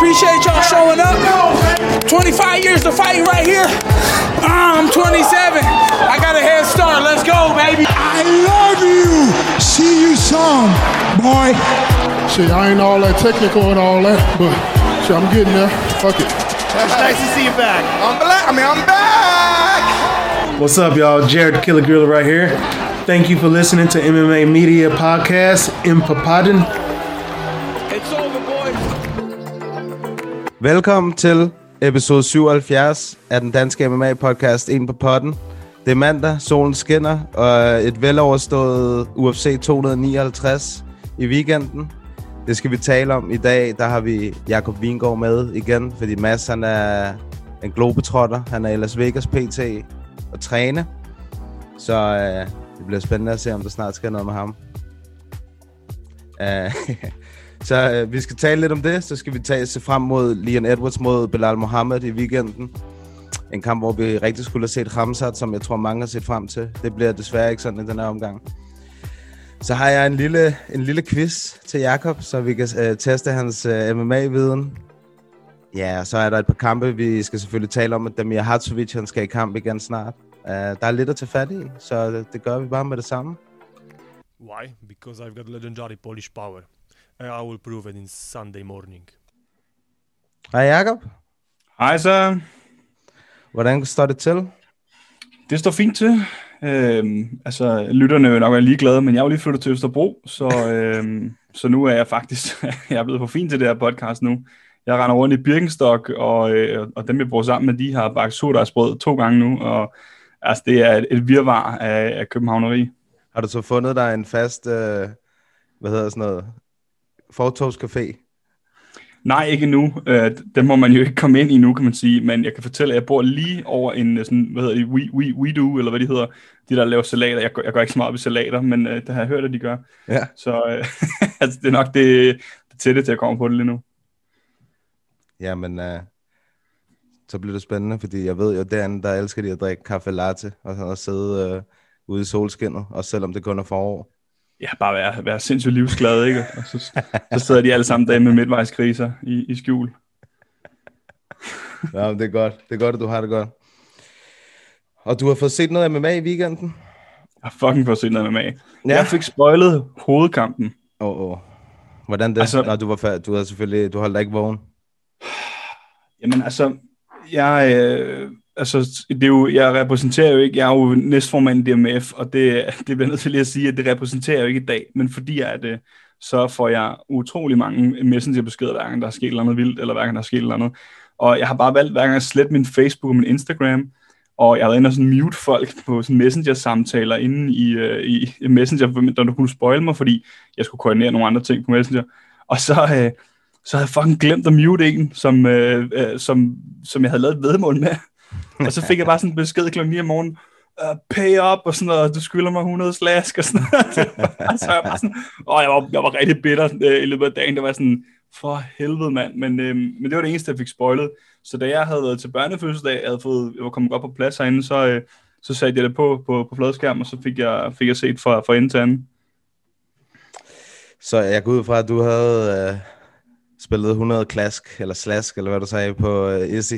appreciate y'all showing up. 25 years to fight right here. I'm 27. I got a head start. Let's go, baby. I love you. See you some, boy. Shit, I ain't all that technical and all that, but shit, I'm getting there. Fuck it. It's nice to see you back. I'm back. What's up, y'all? Jared Killer Gorilla right here. Thank you for listening to MMA Media Podcast in Papadden. It's over, boys. Velkommen til episode 77 af den danske MMA-podcast En på Potten. Det er mandag, solen skinner, og et veloverstået UFC 259 i weekenden. Det skal vi tale om i dag. Der har vi Jakob Vingård med igen, fordi Mads han er en globetrotter. Han er i Las Vegas PT og træne. Så det bliver spændende at se, om der snart sker noget med ham. Så vi skal tale lidt om det. Så skal vi se frem mod Leon Edwards mod Belal Muhammad i weekenden. En kamp, hvor vi rigtig skulle have set Khamzat, som jeg tror mange har set frem til. Det bliver desværre ikke sådan i den her omgang. Så har jeg en lille quiz til Jakob, så vi kan teste hans MMA-viden. Ja, så er der et par kampe, vi skal selvfølgelig tale om, at Damir Hadzovic, han skal i kamp igen snart. Der er lidt at tage fat i, så det gør vi bare med det samme. Why? Because I've got legendary Polish power. And I will prove it in Sunday morning. Hej Jakob. Hej så. Hvordan står det til? Det står fint til. Lytterne vil nok være ligeglade, men jeg er jo lige flyttet til Østerbro, så nu er jeg faktisk jeg er blevet for fin til det her podcast nu. Jeg render rundt i Birkenstock, og dem jeg bor sammen med, de har bagt surdejsbrød 2 gange nu, og altså, det er et virvar af københavneri. Har du så fundet dig en fast, fortovscafé? Nej, ikke nu. Den må man jo ikke komme ind i nu, kan man sige. Men jeg kan fortælle, at jeg bor lige over en sådan, WeDo, eller hvad de hedder. De der laver salater. Jeg går ikke så meget ved salater, men det har jeg hørt, at de gør. Ja. Så altså, det er nok det tætte til at komme på det lige nu. Jamen, så bliver det spændende, fordi jeg ved jo, derinde, der elsker de at drikke kaffe latte, og sidde ude i solskinnet, også selvom det kun er forår. Ja, bare være sindssygt livsglad, ikke? Og så sidder de alle sammen der med midtvejskriser i skjul. Ja, det er godt. Det er godt, at du har det godt. Og du har fået set noget MMA i weekenden? Jeg har fucking fået set noget MMA. Ja. Jeg fik spoilet hovedkampen. Hvordan det? Altså, du holdt dig ikke vågen. Jamen altså, det er jo, jeg repræsenterer jo ikke, jeg er jo næstformand i DMF, og det bliver nødt til lige at sige, at det repræsenterer jo ikke i dag, men fordi jeg er det, så får jeg utrolig mange messengerbeskeder, hver gang der er sket eller andet vildt, eller hver gang der er sket eller andet. Og jeg har bare valgt hver gang at slette min Facebook og min Instagram, og jeg har været inde og sådan mute folk på sådan messenger-samtaler inde i Messenger, der du kunne spoile mig, fordi jeg skulle koordinere nogle andre ting på Messenger. Og så havde jeg fucking glemt at mute en, som jeg havde lavet et væddemål med. Og så fik jeg bare sådan en besked kl. 9 om morgenen, pay up og sådan noget, du skylder mig 100 slask og sådan noget. Så jeg bare sådan, jeg var rigtig bitter i løbet af dagen. Det var sådan, for helvede mand. Men det var det eneste, jeg fik spoilet. Så da jeg havde været til børnefødselsdag, jeg var kommet godt på plads herinde, så satte jeg det på fladskærm, og så fik jeg set fra ende til anden. Så jeg går ud fra, at du havde spillet 100 klask, eller slask, eller hvad du sagde, på Izzy.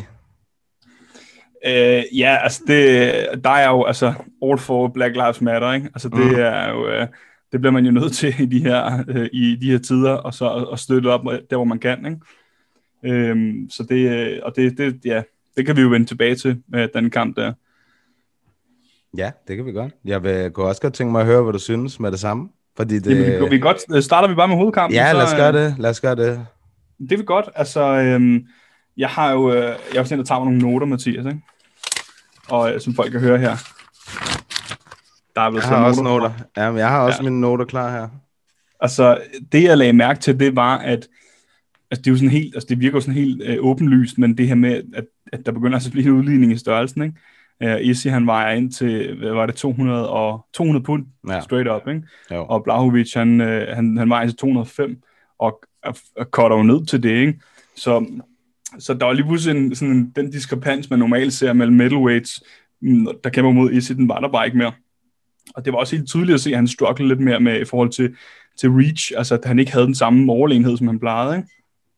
Ja, altså der er jo altså all for Black Lives Matter, ikke? Altså det er jo det bliver man jo nødt til i de her tider, og så at støtte op der hvor man kan, ikke? Så det kan vi jo vende tilbage til med den kamp der. Ja, det kan vi godt. Jeg kunne også godt tænke mig at høre, hvad du synes med det samme, fordi det. Jamen, vi godt starter vi bare med hovedkampen. Ja, lad os gøre det. Det er vi godt. Altså jeg har jo sådan, at tage nogle noter, Mathias, ikke? Og som folk kan høre her. Der er blevet jeg har også noter. Ja, men jeg har også mine noter klar her. Altså, det jeg lagde mærke til, det var, at det er jo sådan helt, altså det virker jo sådan helt åbenlyst, men det her med, at der begynder altså at blive en udligning i størrelsen, ikke? Izzy, han vejer ind til, hvad var det, 200 pund, straight up, ikke? Jo. Og Blachowicz, han vejer ind til 205, og cutter jo ned til det, ikke? Så der var lige pludselig den diskrepans, man normalt ser mellem middleweights, der kæmper mod Izzy, den var der bare ikke mere. Og det var også helt tydeligt at se, at han strugglede lidt mere med i forhold til reach, altså at han ikke havde den samme overlegenhed, som han plejede, ikke?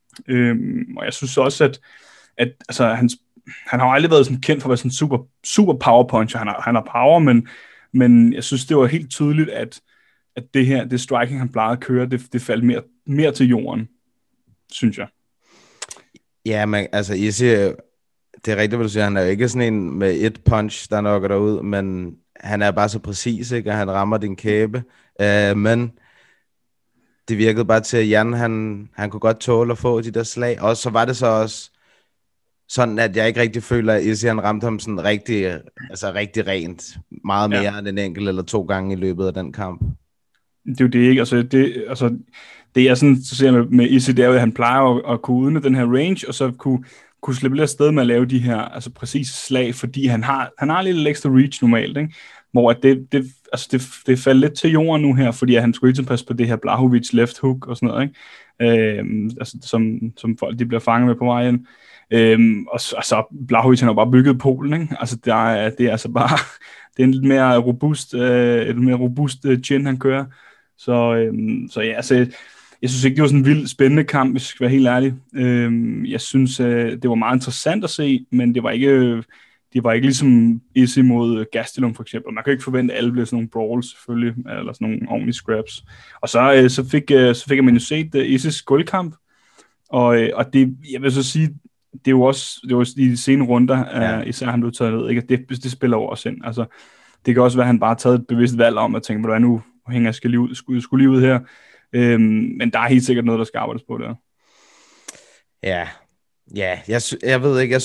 Og jeg synes også, at altså, han har jo aldrig været sådan kendt for at være sådan super power puncher. Han har power, men jeg synes, det var helt tydeligt, at det striking, han plejede at køre, det faldt mere til jorden, synes jeg. Ja, men altså, Izzy, det er rigtigt, hvad du siger. Han er jo ikke sådan en med et punch, der nokker derud, men han er bare så præcis, ikke? Og han rammer din kæbe. Men det virkede bare til, at Jan, han kunne godt tåle at få de der slag. Og så var det så også sådan, at jeg ikke rigtig føler, at Izzy, han ramte ham sådan rigtig rent. Meget mere end en enkelt eller 2 gange i løbet af den kamp. Det er jo det, ikke? Det er sådan, så ser jeg med Izzy, det er jo, at han plejer at kunne udnytte den her range, og så kunne slippe lidt afsted med at lave de her altså præcise slag, fordi han har lidt ekstra reach normalt, ikke? Hvor at det faldt lidt til jorden nu her, fordi at han skulle ikke passe på det her Blachowicz left hook og sådan noget, ikke? Som folk de bliver fanget med på vejen. Og så Blachowicz, han har bare bygget Polen, ikke? Altså det er altså bare det er en lidt mere robust chin, han kører. Så ja, altså jeg synes ikke, det var sådan en vild spændende kamp, hvis jeg skal være helt ærlig. Jeg synes, det var meget interessant at se, men det var ikke ligesom Izzy mod Gastelum for eksempel. Man kan ikke forvente, at alle bliver sådan nogle brawls selvfølgelig, eller sådan nogle ordentlige scraps. Og så fik man jo set Izzys guldkamp, og det, jeg vil så sige, det var i de senere runder, især han blev taget ned, ikke? Det spiller jo også ind. Altså, det kan også være, at han bare har taget et bevidst valg om at tænke, hvordan nu hænger jeg skulle lige ud her. Men der er helt sikkert noget, der skal arbejdes på der. Ja, jeg ved ikke,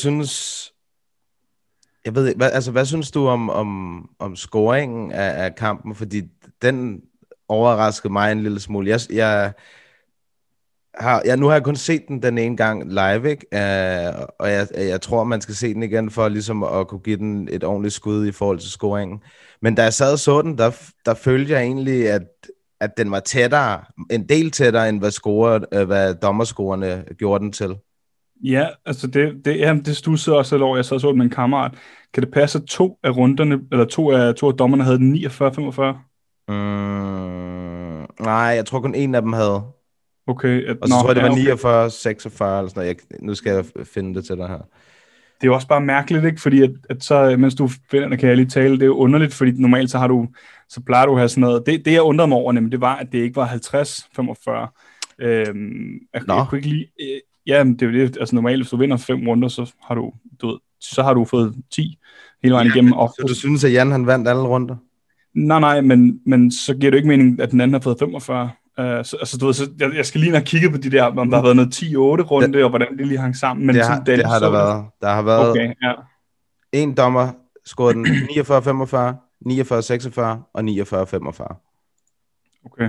hvad synes du om scoringen af kampen? Fordi den overraskede mig en lille smule. Nu har jeg kun set den ene gang live, ikke? Og jeg tror, man skal se den igen for ligesom at kunne give den et ordentligt skud i forhold til scoringen. Men da jeg sad og så den, der følte jeg egentlig, at den var tættere, en del tættere, end hvad dommerscorerne gjorde den til. Ja, altså det stussede også over. Jeg så den med en kammerat. Kan det passe, at 2 af runderne, eller to af dommerne havde den 49-45? Nej, jeg tror kun en af dem havde. Okay. Og så tror jeg, det var 49-46 eller sådan noget. Nu skal jeg finde det til dig her. Det er jo også bare mærkeligt, ikke? Fordi at så, mens du finder det, kan jeg lige tale, det er jo underligt, fordi normalt så plejer du at have sådan noget. Det jeg undrede mig over, nemlig, det var, at det ikke var 50-45. Jeg kunne ikke lige... Ja, det er jo det. Altså normalt, hvis du vinder 5 runder, så har du fået 10 hele vejen igennem. Så du synes, at Jan han vandt alle runder? Nej, men så giver det ikke mening, at den anden har fået 45. Jeg skal lige have kigget på de der, om der har været noget 10-8 runde, og hvordan det lige hang sammen. Men det har der været. Der har været okay, ja. En dommer scorede den 49-45, 49-46 og 49-45. Okay.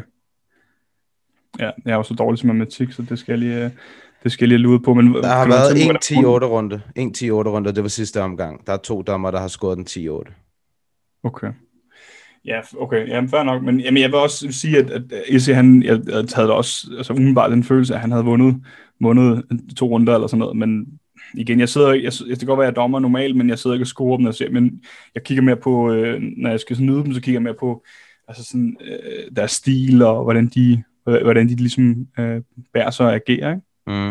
Ja, jeg er jo så dårlig som matematik, så det skal jeg lige lude på. Men der har været en 10-8 runde. En 10-8 runde, det var sidste omgang. Der er 2 dommer, der har scoret den 10-8. Okay. Ja, okay. Jamen, fair nok. Men jeg vil også sige, at Izzy, jeg havde også altså, umiddelbart den følelse, at han havde vundet 2 runder eller sådan noget. Men igen, det kan godt være, at jeg er dommer normalt, men jeg sidder ikke og scorer dem. Men jeg kigger mere på, når jeg skal nyde dem, så kigger jeg mere på altså sådan, deres stil og hvordan de ligesom bærer sig og agerer, ikke? Mm.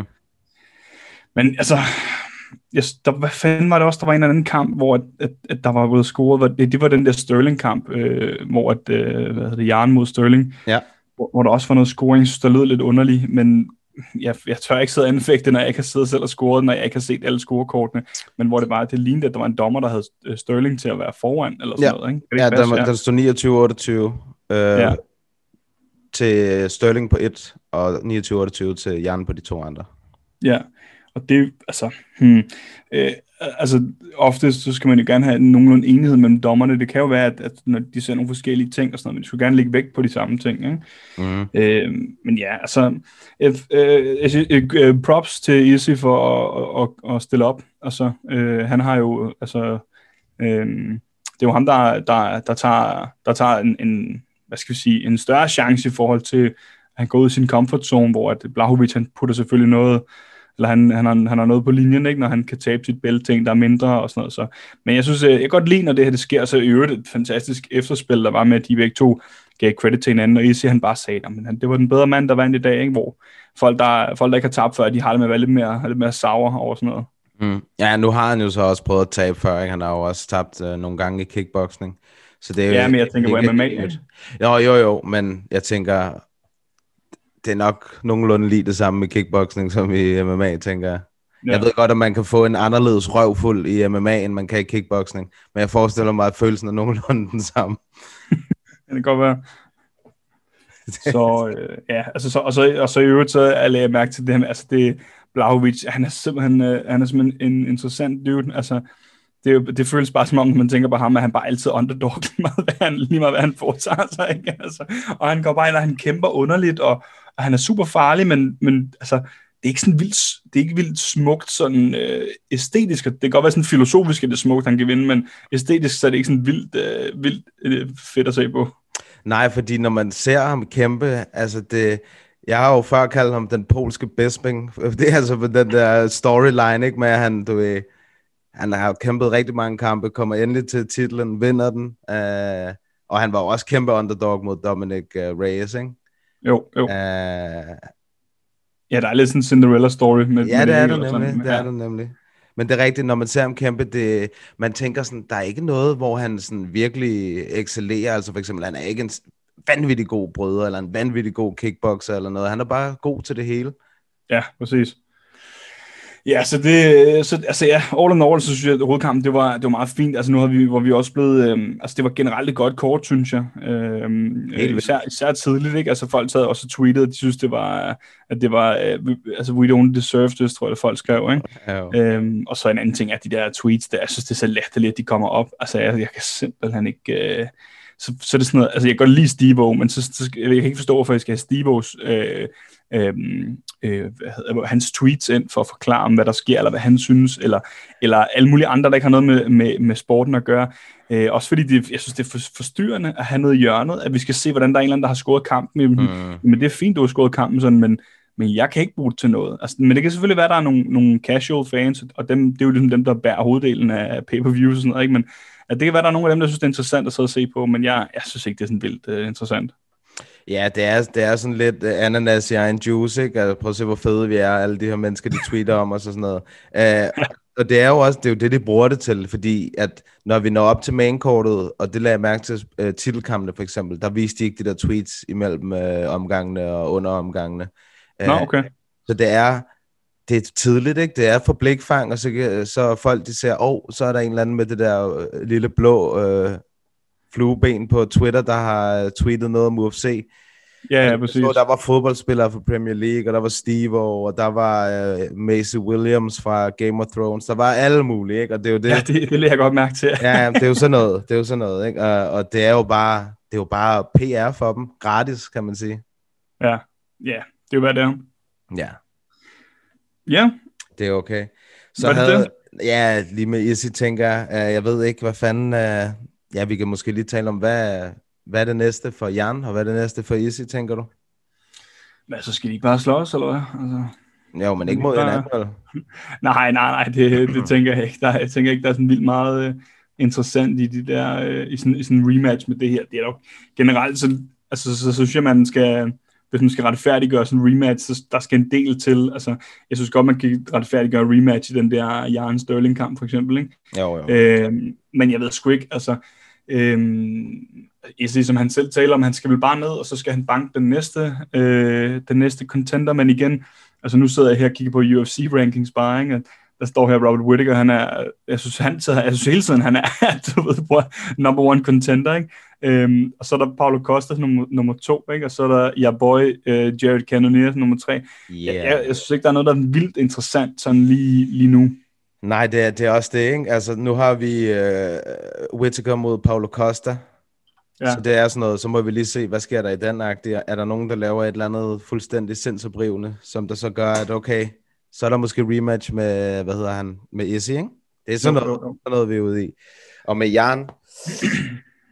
Men altså, hvad fanden var det også? Der var en eller anden kamp, hvor at der var blevet scoret. Det var den der Sterling-kamp, hvor Jan mod Sterling, ja. Hvor der også var noget scoring, der lød lidt underligt, men jeg tør ikke sidde og anfægte, når jeg ikke har siddet selv og scoret, når jeg ikke har set alle scorekortene, men hvor det lignede, at der var en dommer, der havde Sterling til at være foran, eller sådan noget, ikke? Ja, der stod 29-28 til Sterling på 1, og 29-28 til Jan på de 2 andre. Ja, og det altså oftest så skal man jo gerne have nogenlunde enighed mellem dommerne. Det kan jo være, at når de ser nogle forskellige ting og sådan noget, men de skulle gerne lægge vægt på de samme ting, ikke? Mm. Men ja, altså props til Izzy for at stille op. Altså, han har jo, altså det er jo ham, der tager en hvad skal vi sige, en større chance i forhold til, at han går ud i sin comfort zone, hvor at Blachowicz, han putter selvfølgelig eller han har noget på linjen, ikke, når han kan tabe sit bælte ting, der er mindre og sådan noget. Så. Men jeg synes, jeg kan godt lide, når det her det sker, så i øvrigt et fantastisk efterspil, der var med, at de begge to gav credit til hinanden, og Izzy han bare sagde, at det var den bedre mand, der vandt i dag, ikke, hvor folk der ikke har tabt før, de har det med at være lidt mere sour over sådan noget. Ja, nu har han jo så også prøvet at tabe før, ikke? Han har jo også tabt nogle gange i kickboxing. Så det er jo ja, men jeg tænker på MMA. Jo, men jeg tænker, det er nok nogenlunde lige det samme med kickboxing som i MMA, tænker jeg. Ja. Jeg ved godt, at man kan få en anderledes røvfuld i MMA, end man kan i kickboxing, men jeg forestiller mig, at følelsen er nogenlunde den samme. Det kan godt være. Så ja, altså og så i øvrigt så lagde jeg mærke til det her, altså det Blachowicz, han er simpelthen en interessant dude, altså det føles bare som om, når man tænker på ham, at han bare altid underdog, lige meget hvad han foretager sig, ikke? Altså, og han går bare ind, og han kæmper underligt, og han er super farlig, men altså, det er ikke sådan vildt smukt, sådan æstetisk, det kan godt være sådan filosofisk, at det er smukt, han kan vinde, men æstetisk, så er det ikke sådan vildt fedt at se på. Nej, fordi når man ser ham kæmpe, altså jeg har jo før kaldt ham den polske Bisping, det er altså på den der storyline, ikke, med at han har kæmpet rigtig mange kampe, kommer endelig til titlen, vinder den, og han var jo også kæmpe underdog mod Dominic Reyes, ikke? Jo. Ja, der er lidt sådan en Cinderella story. Ja, det er det nemlig. Men det er rigtigt, når man ser ham kæmpe, man tænker sådan, der er ikke noget, hvor han sådan virkelig excellerer, altså for eksempel, han er ikke en vanvittig god bryder, eller en vanvittig god kickboxer, eller noget, han er bare god til det hele. Ja, præcis. Ja, all in all, så synes jeg, at hovedkampen, det var meget fint. Altså nu var vi også blevet, det var generelt et godt kort, synes jeg. Især tidligt, ikke? Altså folk sad også og tweetede, de synes, at det var, we don't deserve this, tror jeg, folk skrev, ikke? Ja, og så en anden ting er de der tweets, der, jeg synes, det er så latterligt, at de kommer op. Altså jeg kan simpelthen ikke... Så er det sådan noget, altså jeg kan godt lide Steve-O, men så jeg kan ikke forstå, hvorfor jeg skal have Steve-O's hans tweets ind for at forklare om, hvad der sker, eller hvad han synes, eller alle mulige andre, der ikke har noget med sporten at gøre. Også fordi jeg synes, det er forstyrrende at have noget i hjørnet, at vi skal se, hvordan der er en eller anden, der har scoret kampen. Men det er fint, du har scoret kampen sådan, men jeg kan ikke bruge det til noget. Altså, men det kan selvfølgelig være, at der er nogle casual fans, og det er jo ligesom dem, der bærer hoveddelen af pay-per-views og sådan noget, ikke? Men at det kan være, der er nogle af dem, der synes, det er interessant at sidde og se på, men jeg synes ikke, det er sådan vildt interessant. Ja, det er sådan lidt ananas i egen juice, ikke? Altså, prøv at se, hvor fede vi er, alle de her mennesker, de tweeter om os og sådan noget. Og det er jo det, de bruger det til, fordi at når vi når op til mainkortet, og det lagde jeg mærke til titelkampene for eksempel, der viste de ikke de der tweets imellem omgangene og under omgangene. Okay. Så det er tidligt, ikke? Det er for blikfang, og så folk, de ser, så er der en eller anden med det der lille blå flueben på Twitter, der har tweetet noget om UFC. Ja, præcis. Så der var fodboldspillere fra Premier League, og der var Steve-O, og der var Maisie Williams fra Game of Thrones. Der var alle mulige, ikke? Og det er jo det. Ja, det lader jeg godt mærke til. Ja, det er jo sådan noget, ikke? Og det er jo bare PR for dem. Gratis, kan man sige. Ja, det er jo hvad det er. Ja. Ja. Det er okay. Så det? Ja, lige med Izzy tænker jeg ved ikke, hvad fanden... Ja, vi kan måske lige tale om, hvad er det næste for Jan, og hvad er det næste for Izzy, tænker du? Hvad, så skal de ikke bare slås, eller hvad? Altså, jo, men ikke mod en anden. Nej, det tænker jeg ikke. Jeg tænker ikke, der er sådan vildt meget interessant i de der, i sådan en rematch med det her. Det er dog generelt, så synes jeg, man skal... Hvis man skal retfærdiggøre sådan en rematch, så der skal en del til. Altså, jeg synes godt, man kan retfærdiggøre en rematch i den der Jan Sterling-kamp, for eksempel, ikke? Jo. Men jeg ved sgu ikke, altså... som han selv taler om, han skal vel bare ned, og så skal han banke den næste contender, men igen, altså nu sidder jeg her og kigger på UFC rankings bare, ikke? Der står her Robert Whittaker, jeg synes hele tiden, han er number one contender, ikke? Og så er der Paulo Costa nummer 2, ikke? Og så er der boy Jared Cannonier nummer 3. Yeah. Jeg synes ikke, der er noget, der er vildt interessant sådan lige nu. Nej, det er også det, ikke? Altså, nu har vi Whittaker mod Paulo Costa. Ja. Så det er sådan noget, så må vi lige se, hvad sker der i den akt. Er der nogen, der laver et eller andet fuldstændig sindsoprivende, som der så gør, at okay, så er der måske rematch med, med Izzy, ikke? Det er sådan noget, vi er ude i. Og med Jan...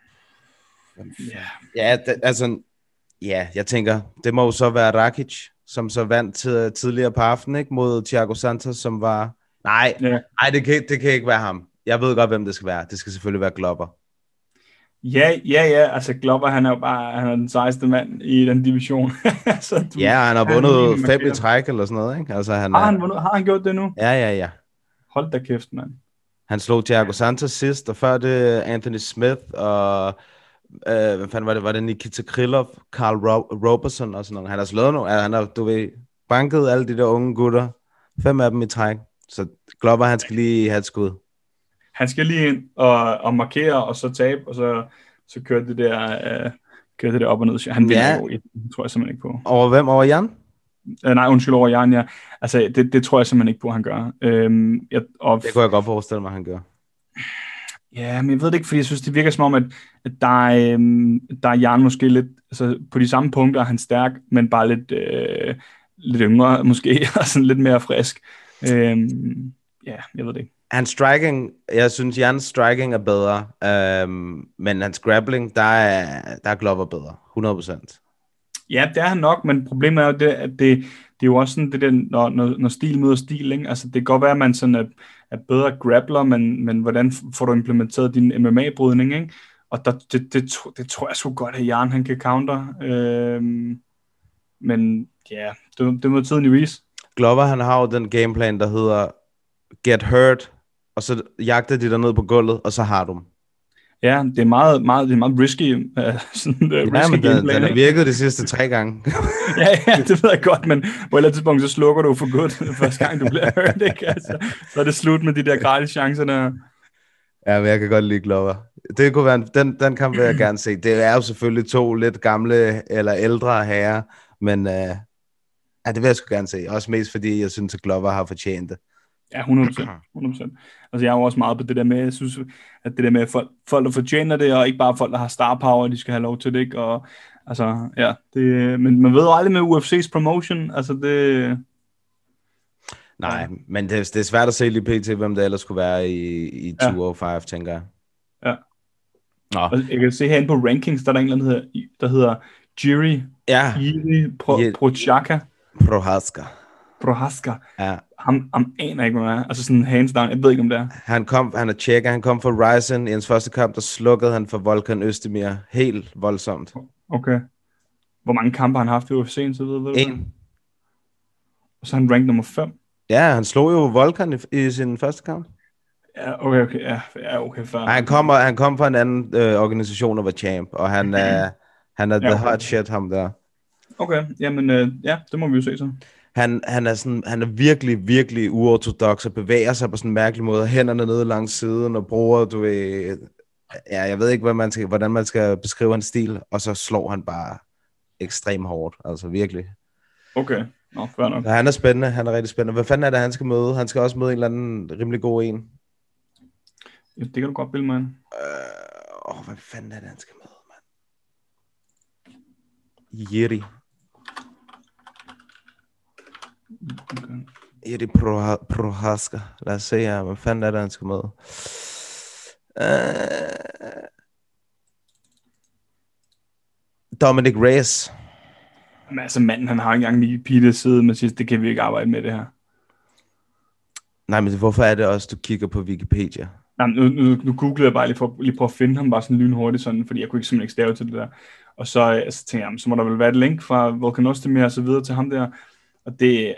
jeg tænker, det må jo så være Rakic, som så vandt tidligere på aftenen, ikke? Mod Thiago Santos, som var... Nej, det kan ikke være ham. Jeg ved godt, hvem det skal være. Det skal selvfølgelig være Glover. Ja, altså Glover, han er jo bare han er den sejeste mand i den division. Han har vundet 5 i træk eller sådan noget, ikke? Altså, har han gjort det nu? Ja. Hold da kæft, mand. Han slog Thiago Santos sidst, og før det Anthony Smith, og hvad fanden var det? Var det Nikita Krylov, Carl Roberson og sådan noget. Han har slået nu, han har, banket alle de der unge gutter. 5 af dem i træk. Så Glover, han skal lige have et skud. Han skal lige ind og markere, og så tabe, og så køre det der op og ned. Han vinder jo, det tror jeg simpelthen ikke på. Over hvem? Over Jan? Nej, undskyld, over Jan, ja. Altså, det tror jeg simpelthen ikke på, han gør. Det kunne jeg godt forestille mig, han gør. Ja, men jeg ved det ikke, fordi jeg synes, det virker som om, at der er Jan måske lidt, altså på de samme punkter er han stærk, men bare lidt yngre måske, og sådan lidt mere frisk. Jeg ved det ikke. Hans striking, jeg synes, Jans striking er bedre, men hans grappling, der er Glover bedre, 100%. Ja, det er han nok, men problemet er jo det, at det er jo også sådan, det der, når stil møder stil, ikke? Altså, det kan godt være, at man sådan er bedre grappler, men hvordan får du implementeret din MMA-brydning, ikke? Og det tror jeg sgu godt, at Jan han kan counter. Men ja, det må tiden jo vise. Glover, han har jo den gameplan, der hedder get hurt, og så jagter de der ned på gulvet, og så har du dem. Ja, det er meget risky. Men den har virket de sidste 3 gange. ja, det ved jeg godt, men på et eller andet tidspunkt, så slukker du for godt første gang, du bliver hørt, ikke? Altså, så er det slut med de der gratis chancer der. Ja, men jeg kan godt lide Glover. Det kunne være, den kamp vil jeg gerne se. Det er jo selvfølgelig 2 lidt gamle eller ældre herrer, men det vil jeg sgu gerne se. Også mest fordi, jeg synes, at Glover har fortjent det. Ja, 100%. Altså, jeg er jo også meget på det der med, jeg synes, at det der med folk, der fortjener det, og ikke bare folk, der har star power, de skal have lov til det, ikke? Og altså, ja, men man ved jo aldrig med UFC's promotion, altså det... Nej, men det er svært at se lige pt, hvem det ellers skulle være i 205, tænker jeg. Ja. Og jeg kan se herinde på rankings, der er en eller anden, der hedder Jiri Prochazka. Prohaska. Ja. Han aner ikke, hvad det er. Altså sådan hands down. Jeg ved ikke, om det er. Han er tjekker. Han kom fra Ryzen i hans første kamp, der slukkede han for Volkan Özdemir. Helt voldsomt. Okay. Hvor mange kampe har han haft i UFC'en, så ved du? 1. Og så er han rank nummer 5. Ja, han slog jo Volkan i sin første kamp. Ja, okay. Ja, okay. Fair. Han kom fra en anden organisation og var champ, og han er the hot shit, ham der. Okay, jamen det må vi jo se så. Han er virkelig, virkelig uortodox og bevæger sig på sådan en mærkelig måde. Hænderne nede langs siden og bruger, jeg ved ikke, hvordan man skal beskrive hans stil, og så slår han bare ekstremt hårdt, altså virkelig. Okay, fair nok. Ja, han er spændende, han er rigtig spændende. Hvad fanden er det, han skal møde? Han skal også møde en eller anden rimelig god en. Ja, det kan du godt bilde mig ind. Hvad fanden er det, han skal møde, mand? Jiri. Okay. Jiri Prochazka. Lad os se her, hvad fanden er det, han skal møde? Dominic Reyes. Men altså manden, han har ikke engang lige Peter side, men siger, det kan vi ikke arbejde med det her. Nej, men hvorfor er det også, du kigger på Wikipedia? Nej, nu googlede jeg bare lige for at finde ham bare sådan lynhurtigt, sådan, fordi jeg kunne simpelthen ikke stave til det der. Og så tænkte jeg, så må der vel være et link fra Volkan Özdemir og så videre til ham der. Og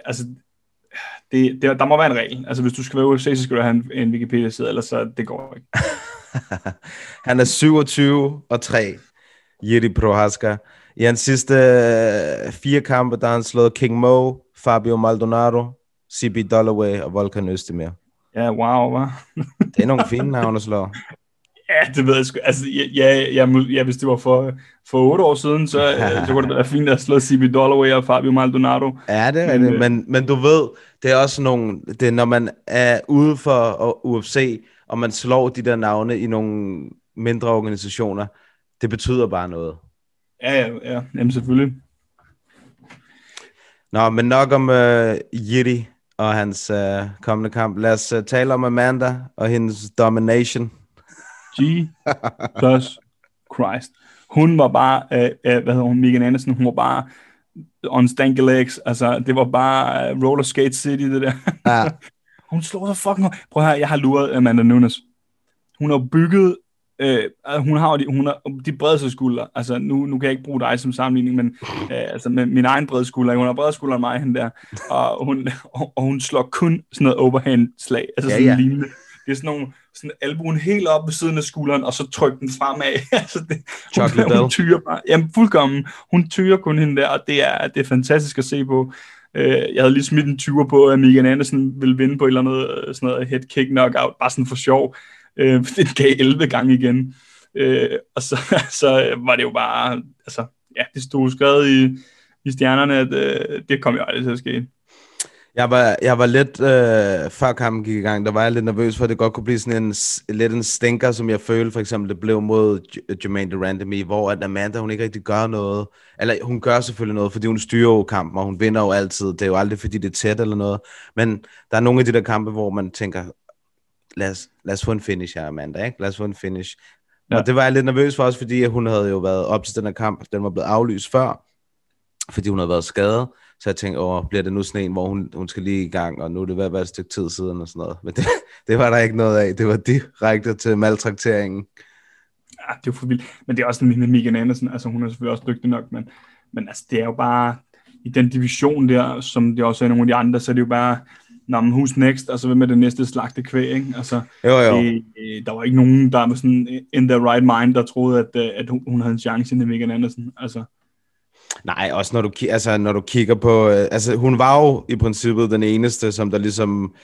der må være en regel. Altså hvis du skal være UFC, så skal du have en Wikipedia-side, ellers så det går ikke. Han er 27-3, Jiri Prochazka. I hans sidste 4 kampe, der har han slået King Mo, Fabio Maldonado, CB Dollaway og Volkan Özdemir. Ja, wow, hva'? Det er nogle fine navne at slå. Ja, det ved jeg sgu. Altså, hvis det var for 8 år siden, så kunne det være fint at slå CB Dollaway og Fabio Maldonado. Ja, det er rigtigt. Men du ved, det er også det er, når man er ude for UFC, og man slår de der navne i nogle mindre organisationer, det betyder bare noget. Ja, jamen selvfølgelig. Nå, men nok om Jiri og hans kommende kamp. Lad os tale om Amanda og hendes domination. Jesus Christ. Hun var bare, Megan Anderson, hun var bare on stanky legs. Altså, det var bare roller skate city, det der. Ja. Hun slår så fucking... Prøv at høre, jeg har luret Amanda Nunes. Hun har bygget... hun har de bredeste skuldre. Altså, nu kan jeg ikke bruge dig som sammenligning, men altså med min egen brede skulder. Hun har bredere skulder end mig, hende der. Og hun slår kun sådan noget overhand-slag. Altså sådan lignende. Det er sådan albuen helt op ved siden af skulderen, og så tryk den fremad. Altså hun tyrer bare. Jamen, fuldkommen. Hun tyrer kun hende der, og det er fantastisk at se på. Jeg havde lige smidt en 20'er på, at Megan Anderson ville vinde på et eller andet, sådan noget head kick knockout, bare sådan for sjov. Det gav 11 gange igen. Og så var det jo bare, altså, ja, det stod skrevet i stjernerne, at det kom jo aldrig til at ske. Jeg var lidt, før kampen gik i gang, der var jeg lidt nervøs for, at det godt kunne blive sådan en stinker, som jeg følte, for eksempel, det blev mod Jermaine Durandamy, hvor at Amanda, hun ikke rigtig gør noget. Eller hun gør selvfølgelig noget, fordi hun styrer jo kampen, og hun vinder jo altid. Det er jo aldrig, fordi det er tæt eller noget. Men der er nogle af de der kampe, hvor man tænker, lad os få en finish her, Amanda, ikke? Lad os få en finish. Ja. Og det var jeg lidt nervøs for også, fordi hun havde jo været op til den her kamp, den var blevet aflyst før, fordi hun havde været skadet. Så jeg tænkte, bliver det nu sådan en, hvor hun skal lige i gang, og nu er det ved at være et stykke tid siden og sådan noget. Men det var der ikke noget af. Det var direkte til maltrakteringen. Ja, det er jo for vildt. Men det er også med Megan Anderson. Altså, hun er selvfølgelig også dygtig nok, men altså, det er jo bare i den division der, som det også er nogle af de andre, så er det jo bare, who's next? Altså, hvem er det næste slagte kvæg, ikke? Altså, jo. Der var ikke nogen, der var sådan in the right mind, der troede, at hun havde en chance i Megan Anderson. Altså. Nej, også når du kigger på... hun var jo i princippet den eneste, som der ligesom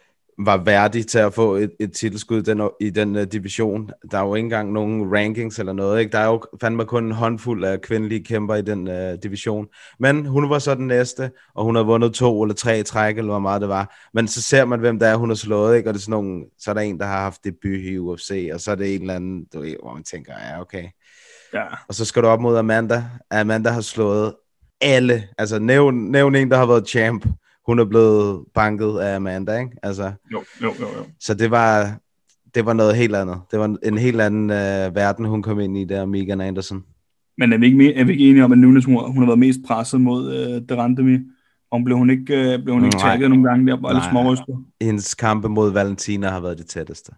var værdig til at få et titelskud i den division. Der er jo ikke engang nogen rankings eller noget, ikke? Der er jo fandme kun en håndfuld af kvindelige kæmper i den division. Men hun var så den næste, og hun har vundet 2 eller 3 træk, eller hvor meget det var. Men så ser man, hvem der er, hun har slået, ikke? Og det er sådan nogle, så er der en, der har haft debut i UFC, og så er det en eller anden, hvor man tænker, ja, okay. Ja. Og så skal du op mod Amanda. Amanda har slået alle. Altså nævn en, der har været champ. Hun er blevet banket af Amanda, ikke? Altså, jo. Så det var noget helt andet. Det var en helt anden verden, hun kom ind i der, Megan Anderson. Men er vi ikke enige om, at Nunes, hun har været mest presset mod Durandamy? Og blev hun ikke tagget nogle gange der? Bare lidt småryster? Hendes kampe mod Valentina har været det tætteste.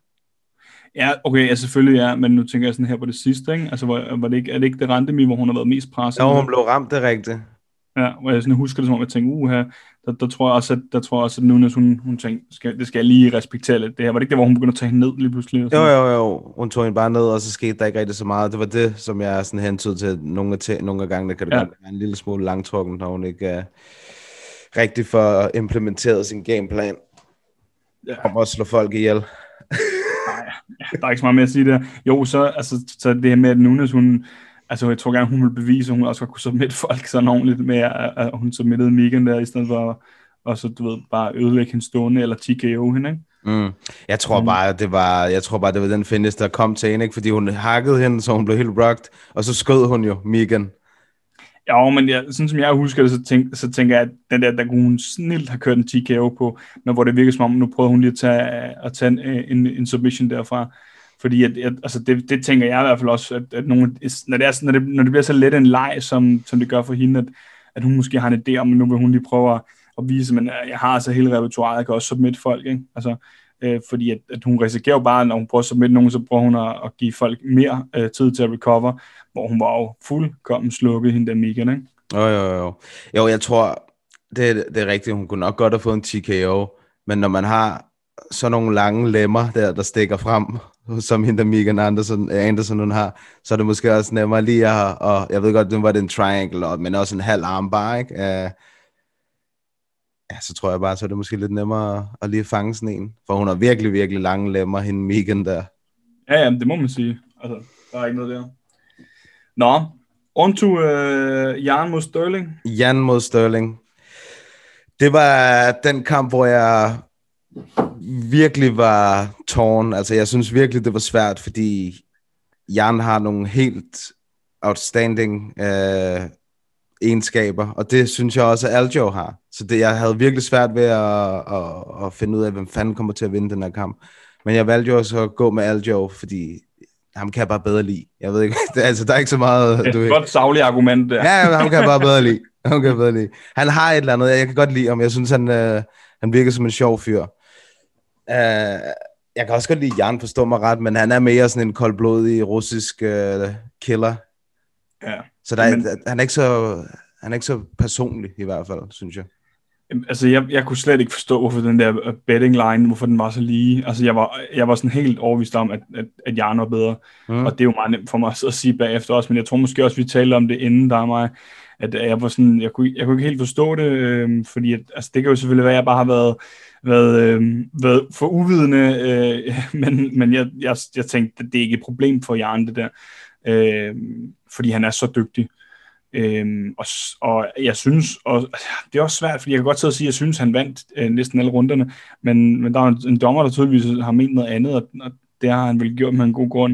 Ja, okay, ja, selvfølgelig ja, men nu tænker jeg sådan her på det sidste, ikke? Altså, er det ikke Durandamy, hvor hun har været mest presset? Jo, hun blev ramt, det rigtigt. Ja, hvor jeg sådan husker det som om, jeg tænkte, der tror jeg også, at Nunes, hun tænkte, det skal jeg lige respektere lidt. Det her var det ikke det, hvor hun begyndte at tage hende ned lige pludselig? Jo, hun tog hende bare ned, og så skete der ikke rigtig så meget. Det var det, som jeg sådan hentede til nogle af gangene, kan det godt være en lille smule langtrukken, når hun ikke rigtig får implementeret sin gameplan. Ja. Om at slå folk ihjel. Der er ikke så meget mere at sige der. Jo, så det her med, at Nunes, jeg tror gerne, hun vil bevise, at hun også kunne submitte folk sådan ordentligt med, at hun submittede Megan der, i stedet for og så, du ved, bare ødelægge hende stående, eller TKO hende, ikke? Mm. Jeg tror bare, det var den finish, der kom til hende, ikke? Fordi hun hakkede hende, så hun blev helt rocked, og så skød hun jo Megan. Ja, men sådan som jeg husker det, så tænker jeg, at den der kunne hun snilt have kørt en TKO på, men hvor det virker som om, nu prøvede hun lige at tage en submission derfra. Fordi det tænker jeg i hvert fald også, at når det bliver så let en leg, som det gør for hende, at hun måske har en idé om, at nu vil hun lige prøve at vise, men jeg har altså hele repertoireet, jeg kan også submitte folk, ikke? Altså, fordi at hun risikerer jo bare, når hun prøver at submitte nogen, så prøver hun at give folk mere tid til at recover, hvor hun var jo fuldkommen slukket hende der Megan, ikke? Jo, jeg tror, det er rigtigt, hun kunne nok godt have fået en TKO, men når man har så nogle lange lemmer der stikker frem, som hende Megan Anderson hun har, så er det måske også nemmere lige og jeg ved godt, nu var det en triangle, men også en halv armbar, ikke? Så tror jeg bare, så er det måske lidt nemmere at lige fange sådan en, for hun har virkelig, virkelig lange lemmer, hende Megan der. Ja, det må man sige. Altså, der er ikke noget der. Nå, on to Jan mod Sterling. Jan mod Sterling. Det var den kamp, hvor jeg virkelig var torn. Altså, jeg synes virkelig, det var svært, fordi Jan har nogle helt outstanding egenskaber, og det synes jeg også, at Aljo har. Så jeg havde virkelig svært ved at finde ud af, hvem fanden kommer til at vinde den her kamp. Men jeg valgte jo også at gå med Aljo, fordi ham kan jeg bare bedre lide. Jeg ved ikke, der er ikke så meget... Det er et godt sagligt argument der. Ja, ham kan jeg bare bedre lide. Okay, ved lige. Han har et eller andet, jeg kan godt lide ham. Jeg synes, han virker som en sjov fyr. Jeg kan også godt lide Jan, forstå mig ret, men han er mere sådan en koldblodig russisk killer. Ja. Så han er ikke så personlig i hvert fald, synes jeg. Altså, jeg kunne slet ikke forstå, hvorfor den der betting line, hvorfor den var så lige. Altså, jeg var sådan helt overbevist om, at Jan var bedre. Og det er jo meget nemt for mig at sige bagefter også, men jeg tror måske også, vi talte om det inden, der er mig, at jeg var sådan, jeg kunne ikke helt forstå det, fordi at, altså, det kan jo selvfølgelig være, at jeg bare har været for uvidende, men jeg tænkte, at det er ikke et problem for Jan, det der, fordi han er så dygtig. Og jeg synes, og det er også svært, fordi jeg kan godt sidde og sige, at jeg synes, han vandt næsten alle runderne, men der er en dommer, der tydeligvis har ment noget andet, og det har han vel gjort med en god grund.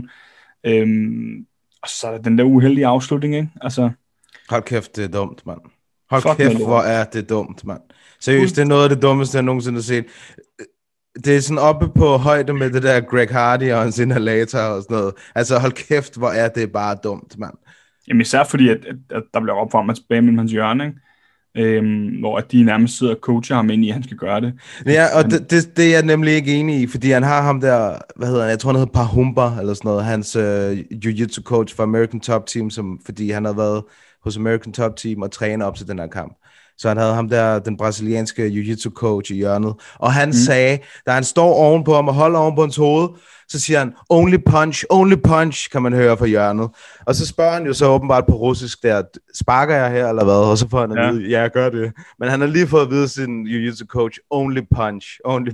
Og så er der den der uheldige afslutning, ikke? Altså, hold kæft, det er dumt, mand. Hold kæft, hvor er det dumt, mand. Seriøst, det er noget af det dummeste, jeg nogensinde har set. Det er sådan oppe på højde med det der Greg Hardy og hans inhalator og sådan noget. Altså, hold kæft, hvor er det bare dumt, mand. Jamen især fordi, at der bliver op for ham at tilbage med hans hjørne, ikke? Hvor at de nærmest sidder og coacher ham ind i, at han skal gøre det. Ja, og det er jeg nemlig ikke enig i, fordi han har ham der, hvad hedder han, jeg tror han hedder Pahumba, eller sådan noget, hans jiu-jitsu coach for American Top Team, fordi han havde været hos American Top Team og træner op til den her kamp. Så han havde ham der, den brasilianske jiu-jitsu coach i hjørnet, og han sagde, da han står ovenpå ham og holder ovenpå hans hoved, så siger han, only punch, kan man høre fra hjørnet. Og så spørger han jo så åbenbart på russisk der, sparker jeg her, eller hvad? Og så får han at vide, ja, jeg gør det. Men han har lige fået at vide sin jiu-jitsu coach, only punch.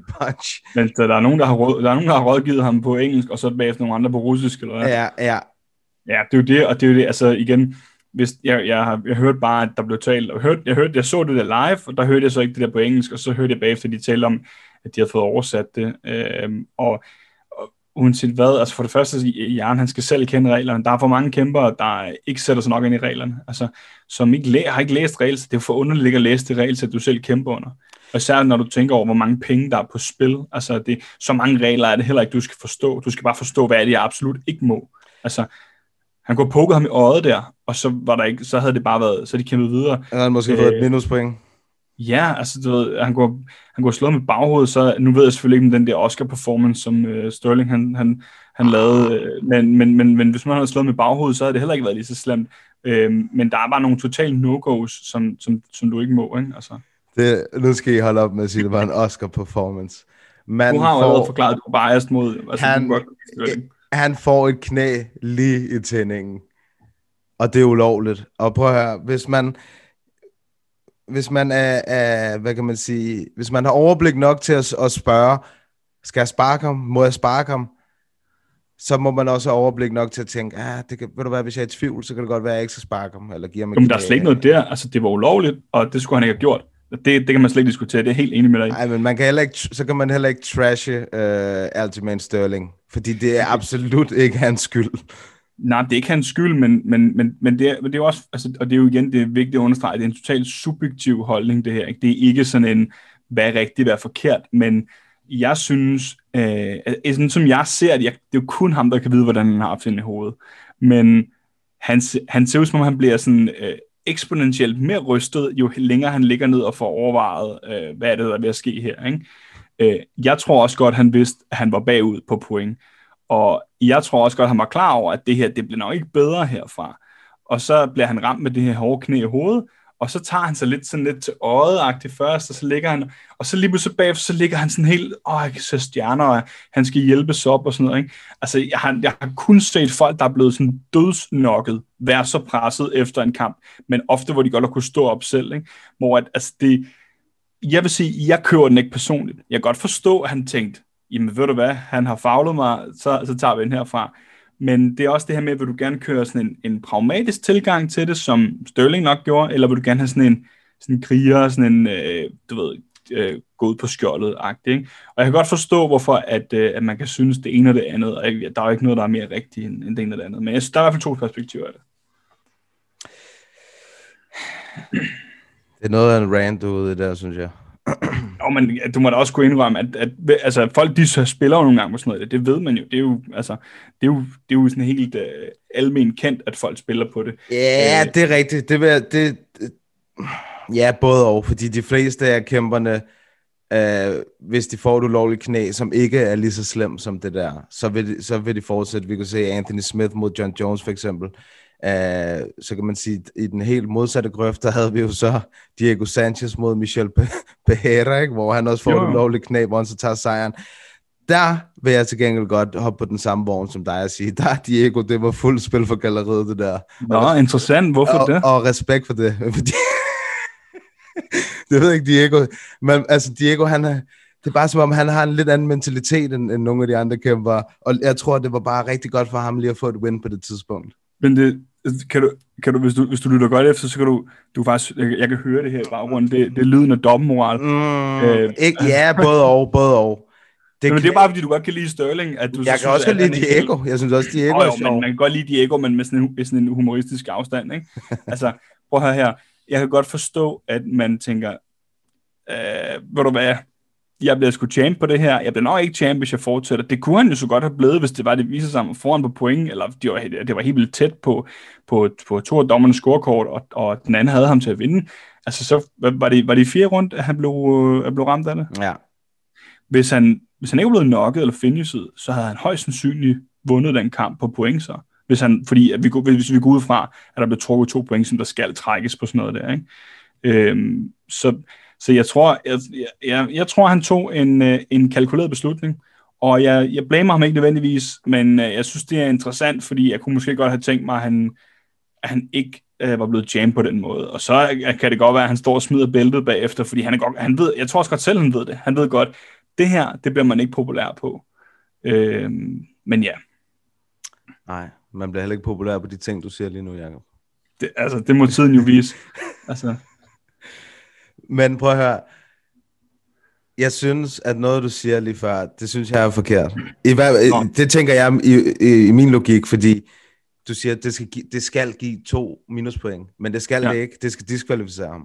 Men så der er nogen, der har rådgivet ham på engelsk, og så bagefter nogle andre på russisk, eller hvad? Ja. Ja, det er jo det, og det er jo det, altså igen, hvis jeg hørte bare, at der blev talt, og jeg så det der live, og der hørte jeg så ikke det der på engelsk, og så hørte jeg bagefter, de talte om, at de havde fået oversat det, og uanset hvad, altså for det første, Jan, han skal selv kende reglerne. Der er for mange kæmpere, der ikke sætter sig nok ind i reglerne, altså, som har ikke læst regler, det er for underligt at læse det regelsæt, du selv kæmper under. Og især når du tænker over, hvor mange penge, der er på spil, altså så mange regler er det heller ikke, du skal forstå. Du skal bare forstå, hvad det er, absolut ikke må. Altså, han kunne poke ham i øjet der, og så var der ikke, så havde det bare været, så de kæmpede videre. Han havde måske fået et minuspoint. Ja, altså du ved, han går slået med baghovedet, så nu ved jeg selvfølgelig ikke om den der Oscar-performance, som Sterling han lavede, men hvis man havde slået med baghovedet, så havde det heller ikke været lige så slemt. Men der er bare nogle totale no-go's, som du ikke må, ikke? Altså. Nu skal I holde op med at sige, det var en Oscar-performance. Du har jo allerede forklaret, at du er biased mod, altså, han får et knæ lige i tændingen, og det er ulovligt. Og prøv at høre, hvis man er, hvad kan man sige, hvis man har overblik nok til at spørge, skal jeg sparke ham, må jeg sparke ham, så må man også have overblik nok til at tænke, ved du hvad, hvis jeg er i tvivl, så kan det godt være, at jeg ikke skal sparke ham, eller give ham men der er slet ikke noget der, altså det var ulovligt, og det skulle han ikke have gjort. Det kan man slet ikke diskutere, det er helt enig med dig. Nej, men så kan man heller ikke trashe Aljamain Sterling, fordi det er absolut ikke hans skyld. Nej, det er ikke hans skyld, men det er jo også, altså, og det er jo igen, det er vigtigt at understrege, det er en totalt subjektiv holdning, det her. Ikke? Det er ikke sådan en, hvad er rigtigt, hvad er forkert, men jeg synes, sådan som jeg ser det, det er jo kun ham, der kan vide, hvordan han har opfundet i hovedet, men han ser ud som om, han bliver sådan eksponentielt mere rystet, jo længere han ligger ned og får overvejet, hvad er det, der er ved at ske her. Ikke? Jeg tror også godt, han vidste, at han var bagud på point. Og jeg tror også godt, at han var klar over, at det her, det bliver nok ikke bedre herfra. Og så bliver han ramt med det her hårde knæ i hovedet, og så tager han sig lidt til øjet-agtigt først, og så ligger han, og så lige pludselig bagefter, så ligger han sådan helt, jeg kan se stjerner, og han skal hjælpes op og sådan noget, ikke? Altså, jeg har kun set folk, der er blevet sådan dødsnokket, være så presset efter en kamp, men ofte, hvor de godt har kunne stå op selv, ikke? Hvor at, altså jeg vil sige, jeg kører den ikke personligt. Jeg kan godt forstå, at han tænkte, jamen ved du hvad, han har faulet mig, så tager vi den herfra. Men det er også det her med, vil du gerne køre sådan en pragmatisk tilgang til det, som Sterling nok gjorde, eller vil du gerne have sådan en kriger, sådan en, gå ud på skjoldet-agtig, ikke? Og jeg kan godt forstå, hvorfor at man kan synes det ene og det andet, og der er jo ikke noget, der er mere rigtigt end det ene og det andet. Men jeg synes, der er i hvert fald to perspektiver af det. Det er noget af en rant ude der, synes jeg. Men du må da også kunne indrømme, at altså, folk de så spiller jo nogle gange på sådan noget. Det ved man jo. Det er jo sådan helt almen kendt, at folk spiller på det. Ja, det er rigtigt. Ja, både og, fordi de fleste af kæmperne, hvis de får et ulovligt knæ, som ikke er lige så slemt som det der, så vil de fortsætte. Vi kan se Anthony Smith mod John Jones for eksempel. Så kan man sige, i den helt modsatte grøft, der havde vi jo så Diego Sanchez mod Michel Pereira, ikke? Hvor han også får et ulovligt knæ, hvor han så tager sejren. Der vil jeg til gengæld godt hoppe på den samme vogn som dig og sige, der Diego, det var fuldt spil for galleriet, det der. Nå, interessant. Hvorfor det? Og respekt for det. Fordi det ved ikke Diego, men altså Diego, det er bare som om, han har en lidt anden mentalitet end nogle af de andre kæmper, og jeg tror, det var bare rigtig godt for ham lige at få et win på det tidspunkt. Men det, kan du hvis du lytter godt efter, så kan du faktisk, jeg kan høre det her i baggrunden, det er lyden af dobbeltmoral. Ja, både og. Men det er bare, fordi du godt kan lide Sterling. At du jeg kan også lide Diego. Jeg synes også, Diego er sjov. Man kan godt lide Diego, men med sådan en humoristisk afstand, ikke? Altså, prøv at høre her. Jeg kan godt forstå, at man tænker, ved du hvad, jeg bliver sgu champ på det her. Jeg bliver nok ikke champ, hvis jeg fortsætter. Det kunne han jo så godt have blevet, hvis det var det viser sig foran på point, eller det var helt vildt tæt på to af dommernes scorekort, og den anden havde ham til at vinde. Altså, så var det i 4 rundt, at han blev ramt af det? Ja. Hvis han ikke var blevet knocket eller finished, så havde han højst sandsynligt vundet den kamp på point så. Fordi hvis vi går ud fra, at der blev trukket 2 point, som der skal trækkes på sådan noget der, ikke? Så jeg tror, han tog en kalkuleret beslutning, og jeg blamer ham ikke nødvendigvis, men jeg synes, det er interessant, fordi jeg kunne måske godt have tænkt mig, at han ikke var blevet champ på den måde. Og så kan det godt være, at han står og smider bæltet bagefter, fordi han ved, jeg tror også godt selv, han ved det. Han ved godt, det her, det bliver man ikke populær på. Men ja. Nej, man bliver heller ikke populær på de ting, du siger lige nu, Jacob. Det må tiden jo vise. Altså. Men prøv at høre. Jeg synes, at noget, du siger lige før, det synes jeg er forkert. Det tænker jeg i min logik, fordi du siger, at det skal give 2 minuspoint, men det skal det ikke. Det skal diskvalificere ham.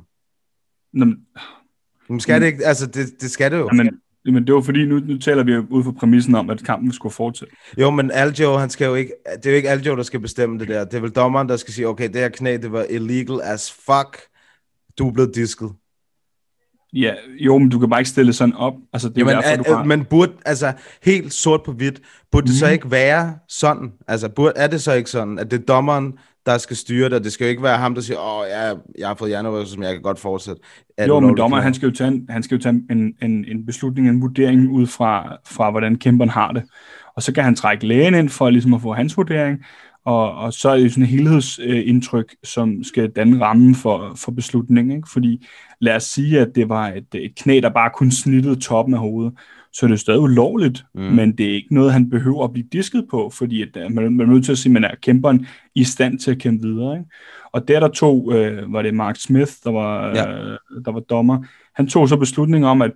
Men skal det ikke? Altså, det skal det jo. Men det var fordi, nu taler vi ud fra præmissen om, at kampen skulle fortsætte. Jo, men Aljo, han skal jo ikke, det er jo ikke Aljo, der skal bestemme det der. Det er vel dommeren, der skal sige, okay, det her knæ, det var illegal as fuck. Du er blevet disket. Ja, jo, men du kan bare ikke stille sådan op. Altså, det er derfor, men burde, altså helt sort på hvidt, burde det så ikke være sådan? Altså, er det så ikke sådan, at det er dommeren, der skal styre det, og det skal jo ikke være ham, der siger, jeg har fået hjernerystelse, som jeg kan godt fortsætte. Jo, men dommeren, han skal jo tage en beslutning, en vurdering ud fra, hvordan kæmperen har det. Og så kan han trække lægen ind for ligesom at få hans vurdering, og så er det sådan et helhedsindtryk, som skal danne rammen for beslutningen, ikke? Fordi lad os sige, at det var et knæ, der bare kun snittede toppen af hovedet, så er det stadig ulovligt, men det er ikke noget, han behøver at blive disket på, fordi man er nødt til at sige, at man er kæmperen i stand til at kæmpe videre, ikke? Og der tog, var det Mark Smith, der var dommer, han tog så beslutningen om, at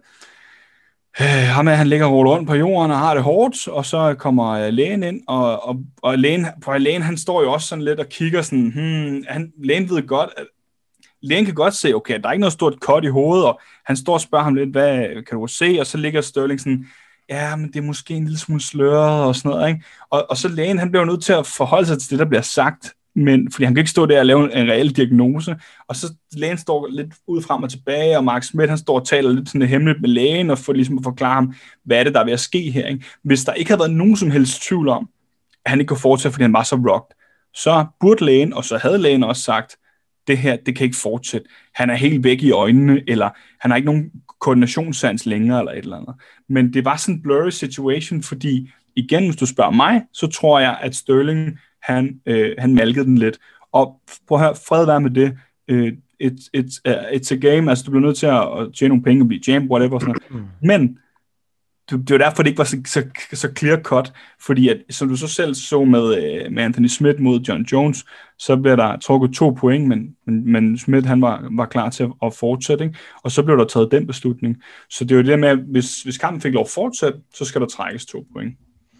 han ligger og ruller rundt på jorden og har det hårdt, og så kommer lægen ind, og lægen, han står jo også sådan lidt og kigger sådan, lægen ved godt, at lægen kan godt se, okay, der er ikke noget stort cut i hovedet, og han står og spørger ham lidt, hvad kan du se, og så ligger Sterling sådan, ja, men det er måske en lille smule sløret og sådan noget, ikke? Og så lægen, han bliver nødt til at forholde sig til det, der bliver sagt, men fordi han kan ikke stå der og lave en reel diagnose, og så lægen står lidt ud frem og tilbage, og Mark Smith, han står og taler lidt sådan hemmeligt med lægen, og for ligesom at forklare ham, hvad er det, der er ved at ske her, ikke? Hvis der ikke havde været nogen som helst tvivl om, at han ikke kunne fortsætte, fordi han var så rocked, så burde lægen, og så havde lægen også sagt, det her, det kan ikke fortsætte. Han er helt væk i øjnene, eller han har ikke nogen koordinationssans længere, eller et eller andet. Men det var sådan en blurry situation, fordi igen, hvis du spørger mig, så tror jeg, at Sterling, han malkede den lidt. Og prøv at høre, fred være med det. It's a game, altså du bliver nødt til at tjene nogle penge og blive champ, whatever, sådan noget. Men det var derfor, det ikke var så clear cut, fordi at, som du så selv så med Anthony Smith mod John Jones, så blev der trukket 2 point, men Smith, han var klar til at fortsætte, ikke? Og så blev der taget den beslutning. Så det er jo det med, at hvis kampen fik lov at fortsætte, så skal der trækkes 2 point.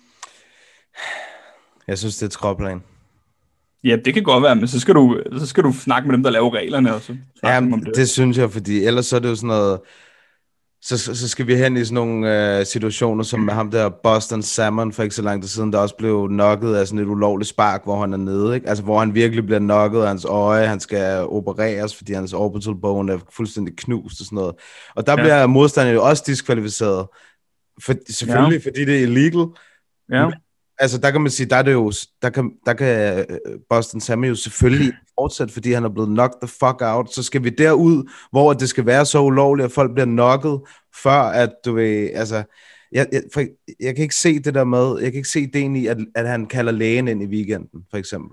Jeg synes, det er et skråplan. Ja, det kan godt være, men så skal du snakke med dem, der laver reglerne. Og så ja, det synes jeg, fordi ellers så er det jo sådan noget, så skal vi hen i sådan nogle situationer, som med ham der Boston Salmon for ikke så lang tid siden, der også blev knocket af sådan et ulovligt spark, hvor han er nede, ikke? Altså, hvor han virkelig bliver knocket af hans øje, han skal opereres, fordi hans orbital bone er fuldstændig knust og sådan noget. Og der bliver modstanderen jo også diskvalificeret, selvfølgelig, fordi det er illegal. Ja. Altså, der kan man sige, der er det jo, der kan Boston Salmon jo selvfølgelig fortsætte, fordi han er blevet knocked the fuck out. Så skal vi derud, hvor det skal være så ulovligt, at folk bliver knocket, før at du vil, altså, jeg kan ikke se det der med, jeg kan ikke se det i, at han kalder lægen ind i weekenden, for eksempel.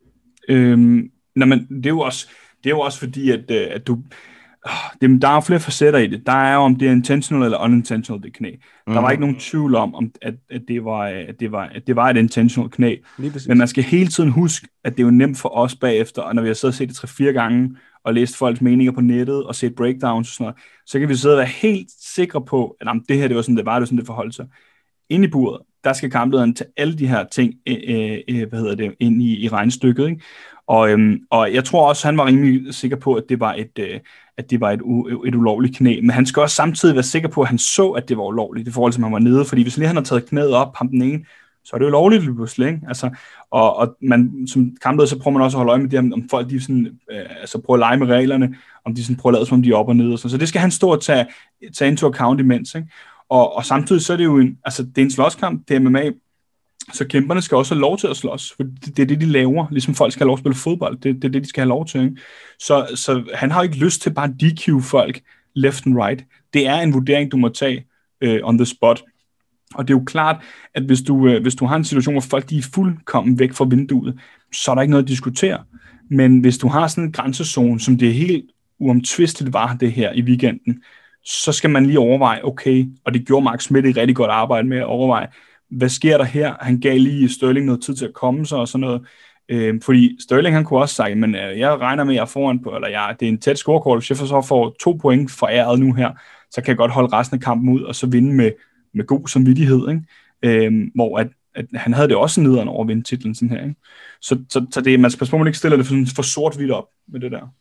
Men det er jo også fordi, at du... Der er jo flere facetter i det. Der er jo, om det er intentional eller unintentional, det knæ. Der var ikke nogen tvivl om at det var et intentional knæ. Men man skal hele tiden huske, at det er jo nemt for os bagefter, og når vi har siddet og set det 3-4 gange, og læst folks meninger på nettet, og set breakdowns og sådan noget, så kan vi sidde og være helt sikre på, at det her, det var sådan, det forholdt sig. Inde i buret, der skal kamplederen tage alle de her ting ind i regnstykket, ikke? Og jeg tror også, han var rimelig sikker på, at det var et ulovligt knæ. Men han skal også samtidig være sikker på, at han så, at det var ulovligt, i forhold til, at han var nede. Fordi hvis lige han har taget knæet op, ham den ene, så er det jo lovligt lige pludselig, ikke? Altså, og man, som kampleder, så prøver man også at holde øje med det, om folk de sådan, prøver at lege med reglerne, om de sådan prøver at lade, som om de er op og ned. Og sådan. Så det skal han stå og tage into account imens, ikke? Og samtidig så er det jo det er en slåskamp, det er MMA, så kæmperne skal også have lov til at slås, for det er det, de laver, ligesom folk skal have lov at spille fodbold, det er det, de skal have lov til, ikke? Så han har ikke lyst til bare DQ folk left and right. Det er en vurdering, du må tage on the spot. Og det er jo klart, at hvis du har en situation, hvor folk de er fuldkommen væk fra vinduet, så er der ikke noget at diskutere. Men hvis du har sådan en grænsezone, som det er helt uomtvisteligt var det her i weekenden, så skal man lige overveje, okay, og det gjorde Mark Smith et rigtig godt arbejde med at overveje, hvad sker der her? Han gav lige Sterling noget tid til at komme sig og sådan noget. Fordi Sterling, han kunne også sige, men jeg regner med, at jeg er foran på, eller det er en tæt scorekort, hvis jeg så får 2 point for æret nu her, så kan jeg godt holde resten af kampen ud, og så vinde med god samvittighed, ikke? Hvor at han havde det også nederen over at vinde titlen sådan her, ikke? Så det, man skal passe på, at man ikke stiller det for sort-hvidt op med det der.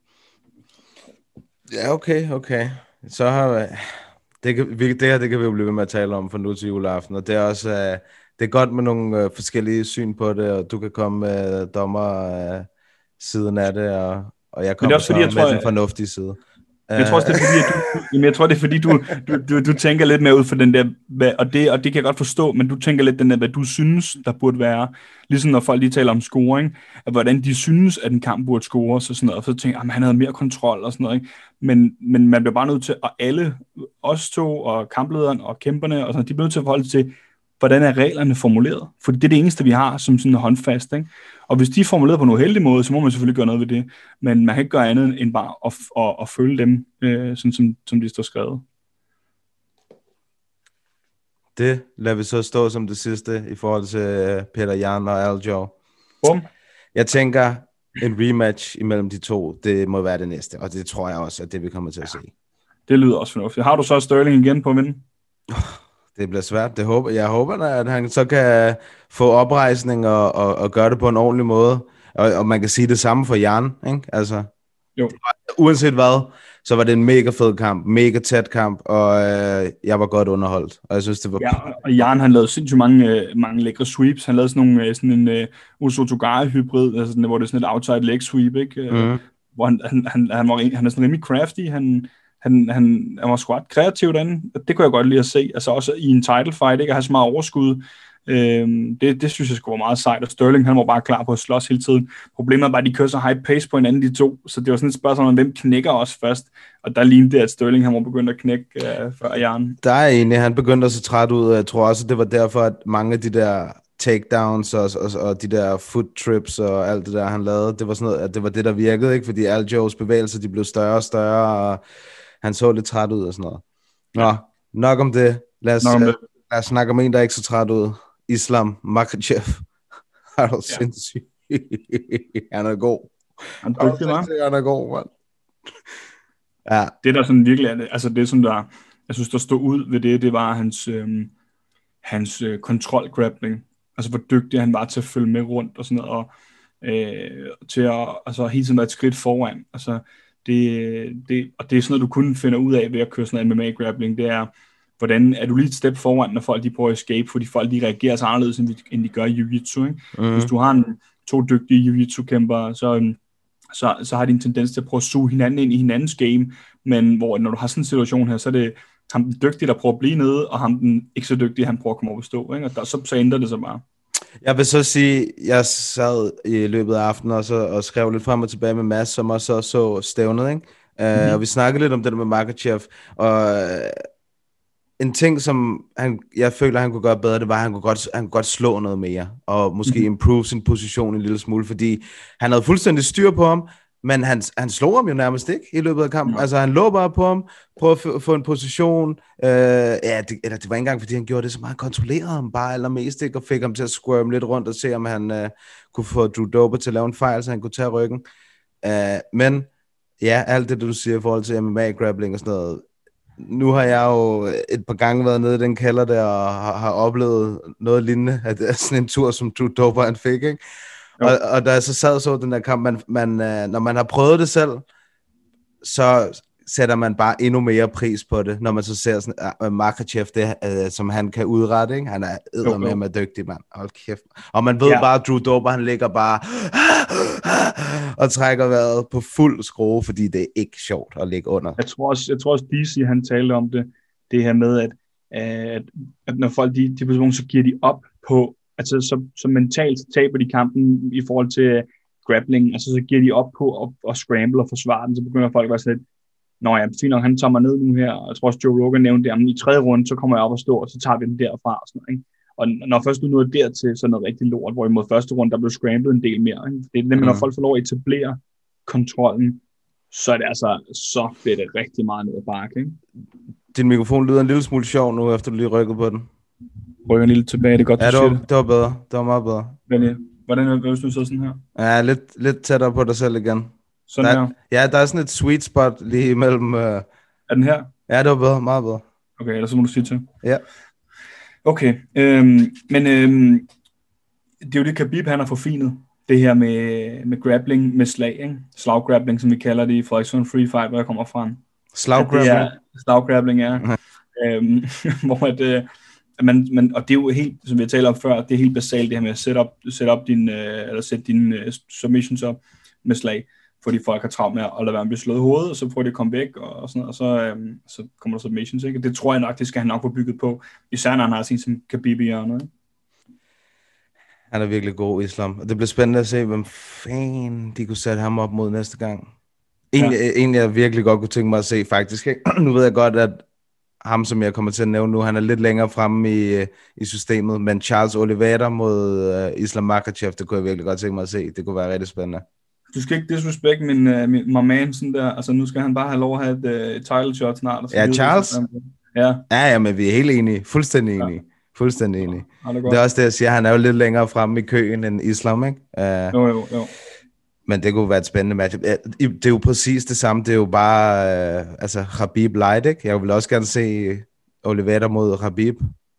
Ja, okay. Så har det kan vi jo blive ved med at tale om fra nu til juleaften, og det er også det er godt med nogle forskellige syn på det, og du kan komme med dommer siden af det, og jeg kommer også, med den fornuftige side. Jeg tror også, det er fordi, du tænker lidt mere ud for den der, og det kan jeg godt forstå, men du tænker lidt den der, hvad du synes, der burde være, ligesom når folk lige taler om scoring, at hvordan de synes, at en kamp burde scores og sådan noget, og så tænker jeg, han havde mere kontrol og sådan noget, ikke? Men man bliver bare nødt til, og alle, os to og kamplederen og kæmperne, og sådan, de bliver nødt til at forholde sig til, hvordan er reglerne formuleret? For det er det eneste, vi har som sådan håndfast, ikke? Og hvis de er formuleret på en uheldig måde, så må man selvfølgelig gøre noget ved det. Men man kan ikke gøre andet end bare at følge dem, sådan som de står skrevet. Det lader vi så stå som det sidste i forhold til Peter Yan og Aljo. Bum. Jeg tænker, en rematch imellem de to, det må være det næste. Og det tror jeg også, at det vi kommer til at se. Det lyder også fornuftigt. Har du så Sterling igen på at vinde? Det bliver svært. Jeg håber, at han så kan få oprejsning og gøre det på en ordentlig måde. Og man kan sige det samme for Jan, ikke? Altså, jo. Uanset hvad, så var det en mega fed kamp, mega tæt kamp, og jeg var godt underholdt. Og jeg synes, det var... Ja, og Jan, han lavede sindssygt mange lækre sweeps. Han lavede sådan en Uso Togari-hybrid, altså, hvor det er sådan et outside leg sweep, ikke? Hvor han er sådan rimelig crafty. Han var sgu ret kreativ derinde, og det kunne jeg godt lide at se, altså også i en title fight, ikke at have så meget overskud, det synes jeg skulle være meget sejt, og Sterling, han var bare klar på at slås hele tiden. Problemet er bare, at de kører så high pace på hinanden, de to, så det var sådan et spørgsmål om, hvem knækker også først, og der lignede det, at Sterling, han var begyndt at knække før Jan. Der er egentlig, han begyndte at se træt ud, og jeg tror også, at det var derfor, at mange af de der takedowns og de der foot trips og alt det der, han lavede, det var sådan noget, at det var det, der virkede, ikke? Fordi Aljos bevægelser, de blev større og større, og han så lidt træt ud og sådan noget. Nå, nok om det. Lad os snakke om en, der er ikke så træt ud. Islam Makhachev. Er du sindssyg? Han er god. Han er god, mand. Ja. Det der sådan virkelig, altså det som der, jeg synes der stod ud ved det var hans kontrol-grappling. Altså hvor dygtig han var til at følge med rundt og sådan noget, og til at altså hele tiden være et skridt foran. Altså og det er sådan noget, du kun finder ud af ved at køre sådan noget MMA-grappling, det er, hvordan er du lige et step foran, når folk de prøver at escape, fordi folk de reagerer så anderledes, end de gør i jiu-jitsu, ikke? Hvis du har to dygtige jiu-jitsu-kæmpere, så har de en tendens til at prøve at suge hinanden ind i hinandens game, men hvor når du har sådan en situation her, så er det ham den dygtige, der prøver at blive nede, og ham den ikke så dygtige, han prøver at komme op og stå, ikke? Og så ændrer det sig bare. Jeg vil så sige, jeg sad i løbet af aftenen og skrev lidt frem og tilbage med Mads, som også så stævnet, ikke? Og vi snakkede lidt om det der med Makhachev, og en ting, som jeg føler, han kunne gøre bedre, det var, at han kunne godt slå noget mere, og måske improve sin position en lille smule, fordi han havde fuldstændig styr på ham, men han slog ham jo nærmest ikke i løbet af kampen. Ja. Altså, han lå bare på ham, prøvede at få en position. Det var ikke engang, fordi han gjorde det så meget, kontrollerede ham bare allermest, ikke? Og fik ham til at squirme lidt rundt og se, om han kunne få Drew Dober til at lave en fejl, så han kunne tage ryggen. Men ja, alt det, du siger i forhold til MMA-grappling og sådan noget, nu har jeg jo et par gange været nede i den kælder der, og har oplevet noget lignende, at det er sådan en tur, som Drew Dober han fik, ikke? Og da jeg så sad så den der kamp, når man har prøvet det selv, så sætter man bare endnu mere pris på det, når man så ser sådan Makhachev, det som han kan udrette, ikke? Han er eddermame dygtig, mand. Hold kæft. Og man ved bare, at Drew Dober, han ligger bare og trækker vejret på fuld skrue, fordi det er ikke sjovt at ligge under. Jeg tror også DC, han talte om det her med, at når folk de personer, så giver de op på, altså så mentalt taber de kampen i forhold til grappling, altså så giver de op på at scramble og forsvare den, så begynder folk at være sådan lidt, nå ja, fint nok, han tager mig ned nu her, og jeg tror også Joe Rogan nævnte det, i tredje runde, så kommer jeg op og stå, og så tager vi den derfra, og sådan noget, ikke? Og når først du nåede dertil, så er noget rigtig lort, hvorimod første runde, der blev scrambled en del mere, ikke? Det er nemlig, når folk får lov at etablere kontrollen, så er det altså, så bliver det rigtig meget ned ad bakke, ikke? Din mikrofon lyder en lille smule sjov nu, efter du lige rykkede på den. Rykker en lille tilbage, det er godt, ja, det var bedre. Det var meget bedre. Hvordan hvis du så sådan her? Ja, lidt tættere på dig selv igen. Sådan her? Ja, der er sådan et sweet spot lige imellem... Er den her? Ja, det var bedre, meget bedre. Okay, ellers så må du sige til. Ja. Okay, men det er jo det, Khabib han har forfinet. Det her med grappling, med slag, ikke? Slaggrappling, som vi kalder det i Frederikssund Free Fight, hvor jeg kommer fra. Slaggrappling? Slaggrappling, ja. Hvor man, og det er jo helt, som vi har talt om før, det er helt basalt det her med at sætte dine submissions op med slag, fordi folk har travlt med at lade være med at blive slået i hovedet, og så prøver de at komme væk, og sådan noget, og så kommer der submissions, ikke? Det tror jeg nok, det skal han nok få bygget på, især når han har sin som Khabib i hjørnet, ikke? Han er virkelig god, Islam, og det bliver spændende at se, hvem fanden de kunne sætte ham op mod næste gang. En jeg virkelig godt kunne tænke mig at se, faktisk, ikke? Nu ved jeg godt, at ham, som jeg kommer til at nævne nu, han er lidt længere fremme i systemet, men Charles Oliveira mod Islam Makhachev, det kunne jeg virkelig godt tænke mig at se. Det kunne være rigtig spændende. Du skal ikke disrespect min man sådan der. Altså, nu skal han bare have lov at have et title shot snart. Og så ja, Charles? Ja, men vi er helt enige. Fuldstændig enige. Ja. Fuldstændig enige. Ja, det er også det, jeg siger. Han er jo lidt længere fremme i køen end Islam, ikke? Jo. Men det kunne være et spændende match. Det er jo præcis det samme. Det er jo bare Khabib light, ikke? Jeg vil også gerne se Oliveira mod Khabib.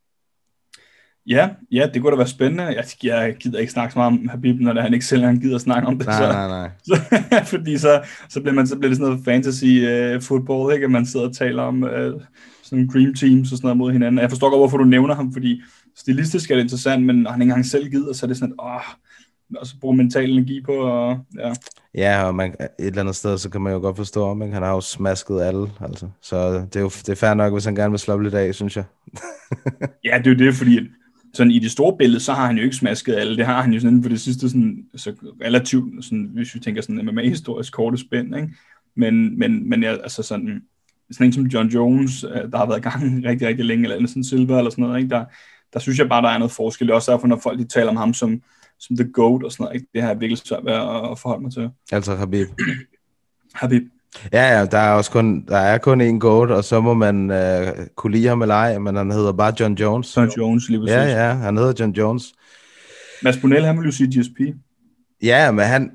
Ja, det kunne da være spændende. Jeg gider ikke snakke så meget om Khabib, når han ikke selv han gider snakke om det. Nej. Fordi så bliver det sådan noget fantasy football, ikke? At man sidder og taler om sådan dream teams og sådan noget mod hinanden. Jeg forstår godt, hvorfor du nævner ham, fordi stilistisk er det interessant, men når han ikke engang selv gider, så er det sådan, og så bruger mental energi på, og Ja, og et eller andet sted, så kan man jo godt forstå om, ikke? Han har jo smasket alle, altså. Så det er fair nok, hvis han gerne vil slå lidt af, synes jeg. Ja, det er jo det, fordi sådan i det store billede, så har han jo ikke smasket alle. Det har han jo sådan for det sidste sådan, så relativt, sådan, hvis vi tænker sådan MMA-historisk korte spænd, ikke? Men ja, altså sådan en som John Jones, der har været i gang rigtig, rigtig længe, eller sådan Silva eller sådan noget, ikke? Der synes jeg bare, der er noget forskel. Også derfor, når folk de taler om ham som The GOAT og sådan noget, ikke? Det har jeg virkelig svært ved at forholde mig til. Altså Habib. Ja, der er kun én GOAT, og så må man kunne lide ham eller ej, men han hedder bare John Jones. John Jones, lige præcis. Ja, han hedder John Jones. Mads Brunel, han vil jo sige GSP. Ja, men han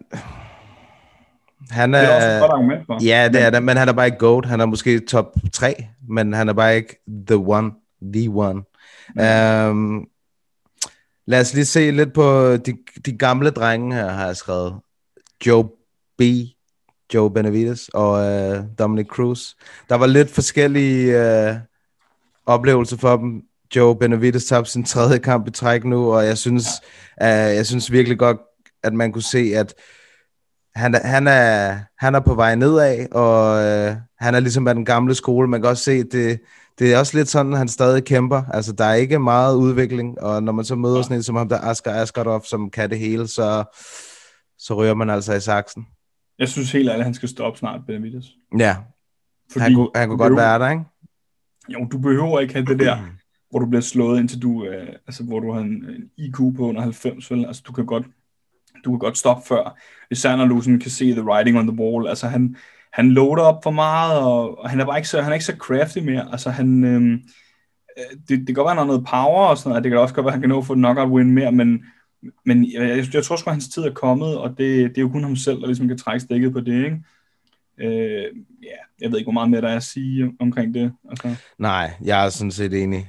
er... Det er også et godt argument for. Ja, det er det, men han er bare ikke GOAT. Han er måske top 3, men han er bare ikke the one. Lad os lige se lidt på de gamle drenge her, har jeg skrevet. Joe B. Joe Benavidez og Dominic Cruz. Der var lidt forskellige oplevelser for dem. Joe Benavidez tabte sin 3. kamp i træk nu, og jeg synes virkelig godt, at man kunne se, at han er på vej nedad, og han er ligesom af den gamle skole. Man kan også se, det er også lidt sådan, at han stadig kæmper. Altså, der er ikke meget udvikling, og når man så møder sådan en som ham, der Askar Askarov, som kan det hele, så ryger man altså i saksen. Jeg synes helt ærligt, at han skal stoppe snart, Benavidez. Ja, fordi han kunne godt være der, ikke? Jo, du behøver ikke have det der, hvor du bliver slået, indtil du, hvor du har en IQ på under 90, vel? Altså, du kan godt stoppe før, især når du sådan kan se the writing on the wall. Altså, han loader op for meget, og han er bare ikke så crafty mere. Altså, det kan godt være, han har noget power og sådan noget. Det kan også godt være, han kan nå at få et knockout win mere, men jeg tror sgu, at hans tid er kommet, og det er jo kun ham selv, der ligesom kan trække stikket på det, ikke? Jeg ved ikke, hvor meget mere der er at sige omkring det. Altså. Nej, jeg er sådan set enig.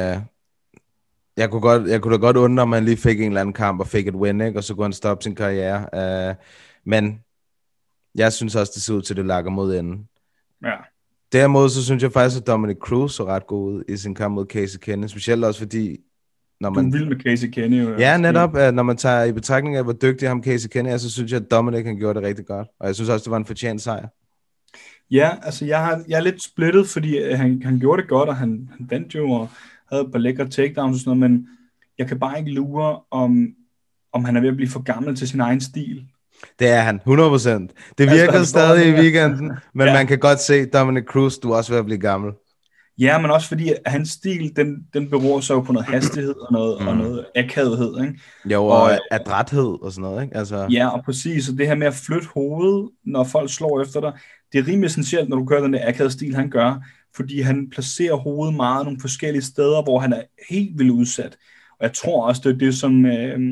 Jeg kunne da godt undre, om han lige fik en eller anden kamp og fik et win, ikke? Og så kunne han stoppe sin karriere. Men jeg synes også, det ser ud til, det lakker mod enden. Ja. Derimod så synes jeg faktisk, at Dominic Cruz så ret god ud i sin kamp mod Casey Kenny. Specielt også fordi... Når man... Du er vild med Casey Kenny. Jo. Ja, netop. Når man tager i betragtning af, hvor dygtig ham Casey Kenny er, så synes jeg, at Dominic han gjorde det rigtig godt. Og jeg synes også, det var en fortjent sejr. Ja, altså jeg er lidt splittet, fordi han gjorde det godt, og han vandt jo, og havde et par lækre takedowns og sådan noget, men jeg kan bare ikke lure, om han er ved at blive for gammel til sin egen stil. Det er han, 100%. Det virker altså, stadig i weekenden, men man kan godt se, Dominic Cruz, du er også ved at blive gammel. Ja, men også fordi hans stil, den beror så jo på noget hastighed og noget akavighed, ikke? Jo, og adræthed og sådan noget, ikke? Altså... Ja, og præcis, og det her med at flytte hovedet, når folk slår efter dig, det er rimelig essentielt, når du kører den der akavede stil, han gør, fordi han placerer hovedet meget nogle forskellige steder, hvor han er helt vildt udsat. Og jeg tror også, det er det, som,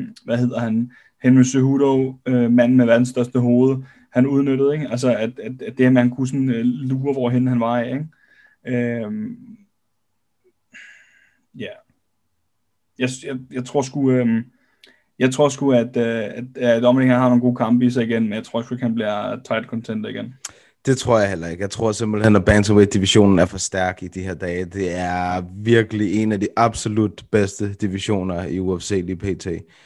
Henry Cejudo, manden med verdens største hoved, han udnyttede, ikke? Altså, at det her med, han kunne sådan lure, hvorhen han var af, ikke? Jeg tror sgu, at Dominic har nogle gode kampe i sig igen, men jeg tror sgu ikke, han bliver title contender igen. Det tror jeg heller ikke. Jeg tror simpelthen, at bantamweight-divisionen er for stærk i de her dage. Det er virkelig en af de absolut bedste divisioner i UFC lige pt.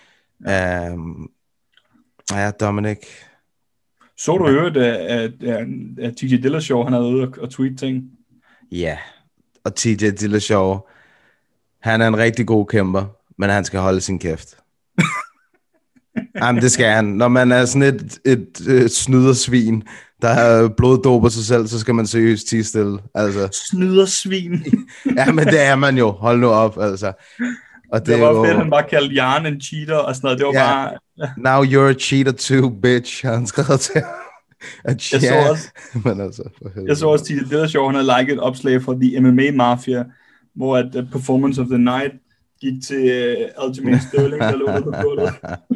Ja, Dominic. Så du hørt, at TJ Dillashaw, han havde ude og tweet ting? Ja, og TJ Dillashaw, han er en rigtig god kæmper, men han skal holde sin kæft. Jamen, det skal han. Når man er sådan et snydersvin, der bloddoper sig selv, så skal man seriøst tie stille. Altså. Snydersvin? Ja, men det er man jo. Hold nu op, altså. Og det var jo... fedt, han bare kaldte Jan en cheater og sådan noget. Det var bare... Now you're a cheater too, bitch, han skrev til. Jeg så også TJ Dillashaw, han havde liket et opslag fra The MMA Mafia, hvor at Performance of the Night gik til Aljamain Sterling, der lå på gulvet.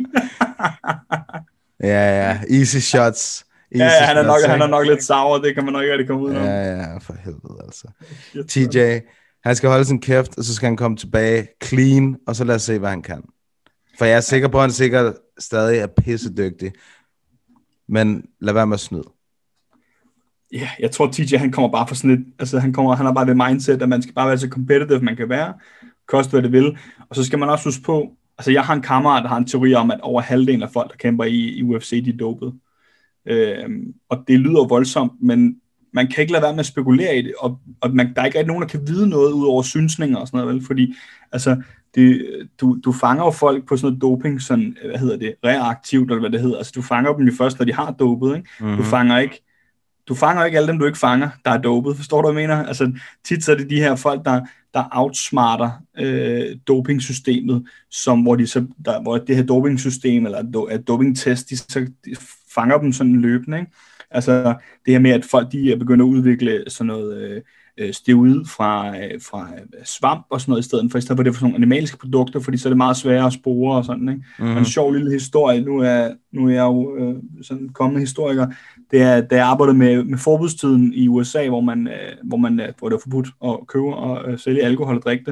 Ja, easy shots. Han er nok lidt sour, det kan man nok ikke rigtig komme ud af. Ja, for helvede altså. TJ, han skal holde sin kæft, og så skal han komme tilbage clean, og så lad os se, hvad han kan. For jeg er sikker på, at han sikkert stadig er pissedygtig. Men lad være med at snyde. Ja, jeg tror TJ, han kommer bare for sådan et, altså han har bare det mindset, at man skal bare være så competitive, man kan være, koste hvad det vil. Og så skal man også huske på, altså jeg har en kammerat, der har en teori om, at over halvdelen af folk, der kæmper i UFC, de er dopet. Og det lyder voldsomt, men man kan ikke lade være med at spekulere i det, og der er ikke rigtig nogen, der kan vide noget ud over synsninger og sådan noget, vel? Fordi altså, du fanger jo folk på sådan noget doping, sådan, reaktivt, eller hvad det hedder. Altså, du fanger dem jo først, når de har dopet, ikke? Mm-hmm. Du fanger ikke alle dem, du ikke fanger, der er dopet. Forstår du, hvad jeg mener? Altså, tit så er det de her folk, der outsmarter dopingsystemet, hvor det her dopingsystem, eller dopingtest, de fanger dem sådan løbende, ikke? Altså, det her med, at folk, de er begyndt at udvikle sådan noget steroid fra svamp og sådan noget, i stedet for for det for sådan nogle animalske produkter, fordi så er det meget sværere at spore og sådan, ikke? Mm-hmm. En sjov lille historie, nu er jeg jo sådan kommende historiker, det er, da jeg arbejdede med forbudstiden i USA, hvor det er forbudt at købe og sælge alkohol og drikke det,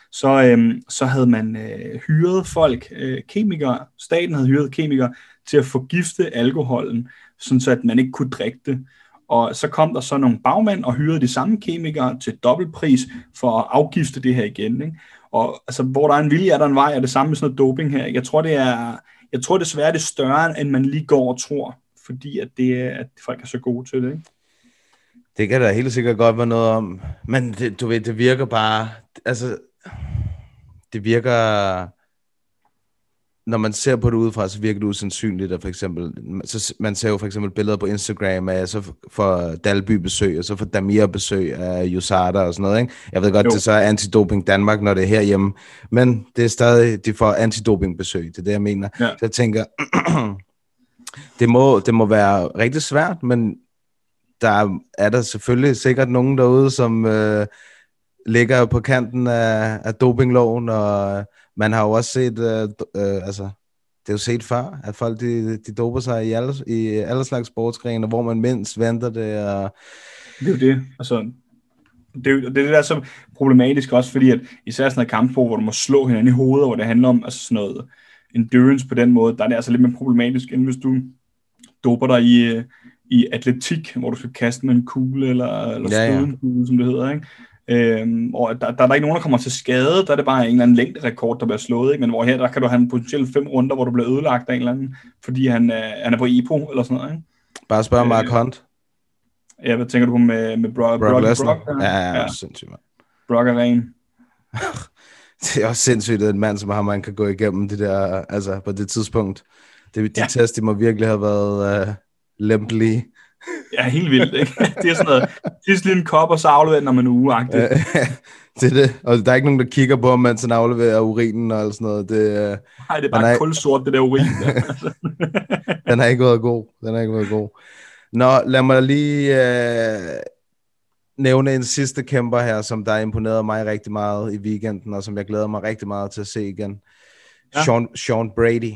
så havde man hyret folk, kemikere, staten havde hyret kemikere til at forgifte alkoholen, sådan så at man ikke kunne drikke det. Og så kom der så nogle bagmænd og hyrede de samme kemikere til dobbeltpris for at afgifte det her igen, ikke? Og altså, hvor der er en vilje, er der en vej, er det samme med sådan noget doping her. Jeg tror desværre, det er større, end man lige går og tror, fordi at folk er så gode til det, ikke? Det kan da helt sikkert godt være noget om, men du ved, det virker bare, altså, det virker, når man ser på det udefra, så virker det usandsynligt, at for eksempel, så man ser jo for eksempel billeder på Instagram af, så får Dalby besøg, og så får Damir besøg af USADA og sådan noget, ikke? Jeg ved godt, det så er Antidoping Danmark, når det er herhjemme, men det er stadig, de får antidoping besøg, det er det, jeg mener. Ja. Så jeg tænker, det må være rigtig svært, men der er der selvfølgelig sikkert nogen derude, som ligger på kanten af dopingloven, og man har jo også set, altså, det er jo set før, at folk de doper sig i alle slags sportsgrene, hvor man mindst venter det. Og det er jo det, altså, det er det der er så problematisk også, fordi at især sådan noget kampsport, hvor du må slå hinanden i hovedet, hvor det handler om altså sådan noget endurance på den måde, der er det altså lidt mere problematisk, end hvis du doper dig i atletik, hvor du skal kaste med en kugle, eller støde en kugle, som det hedder, ikke? Og der er ikke nogen, der kommer til skade, der er det bare en eller anden længderekord, der bliver slået, ikke? Men hvor her, der kan du have en potentielt 5 runder, hvor du bliver ødelagt af en eller anden, fordi han er på EPO, eller sådan noget, ikke? Bare spørg Mark Hunt. Ja, hvad tænker du på med Brock Lesnar? Ja, sindssygt, mand. Brock er ren. Det er også sindssygt, at en mand som ham, man kan gå igennem det der, altså på det tidspunkt. De test, de må virkelig have været lempelige. Ja, helt vildt, ikke? Det er sådan noget, sidst lige en kop, og så afleverer den om en uge-agtigt. Det er det, og der er ikke nogen, der kigger på, om man sådan afleverer urinen og sådan noget. Nej, det er bare kulsort, det der urin. Den har ikke været god. Nå, lad mig lige nævne en sidste kæmper her, som der imponerede mig rigtig meget i weekenden, og som jeg glæder mig rigtig meget til at se igen. Ja. Sean Brady.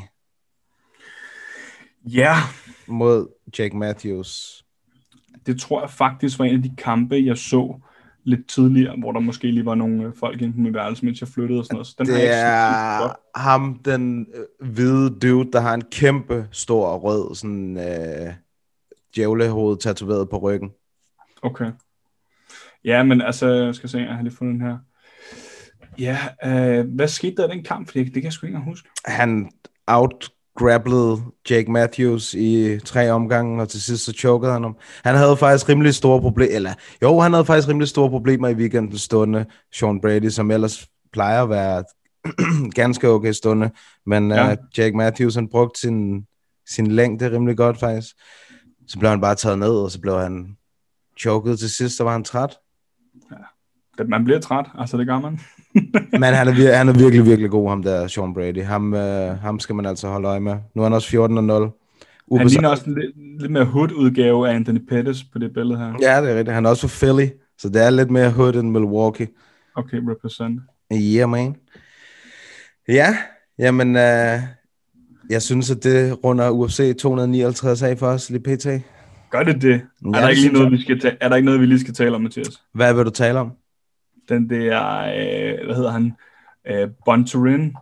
Ja. Mod Jake Matthews. Det tror jeg faktisk var en af de kampe, jeg så lidt tidligere, hvor der måske lige var nogle folk inde på min værelse, mens jeg flyttede og sådan noget. Så den det er ham, den hvide dude, der har en kæmpe stor rød sådan djævlehoved tatoveret på ryggen. Okay. Ja, men altså, jeg skal se, jeg har lige fundet den her. Ja, hvad skete der i den kamp? Det kan jeg sgu ikke engang huske. Han outgrapplede Jake Matthews i 3 omgange, og til sidst så chokede han ham. Han havde faktisk rimelig store problemer i weekenden stående, Sean Brady, som ellers plejer at være ganske okay stående, men Jake Matthews, han brugte sin længde rimelig godt faktisk. Så blev han bare taget ned, og så blev han choket til sidst, så var han træt. Ja, man bliver træt, altså det gør man. Men han er virkelig, virkelig god, ham der, Sean Brady. Ham skal man altså holde øje med. Nu er han også 14-0. Han ligner også en lidt mere hood-udgave af Anthony Pettis på det billede her. Ja, det er rigtigt. Han er også for Philly, så det er lidt mere hood end Milwaukee. Okay, represent. Yeah, man. Ja, jamen, jeg synes, at det runder UFC 259 af for os, lige pt. Gør det? Ja, er der ikke noget, vi lige skal tale om, Mathias? Hvad vil du tale om? Den der, hvad hedder han? Bontorin.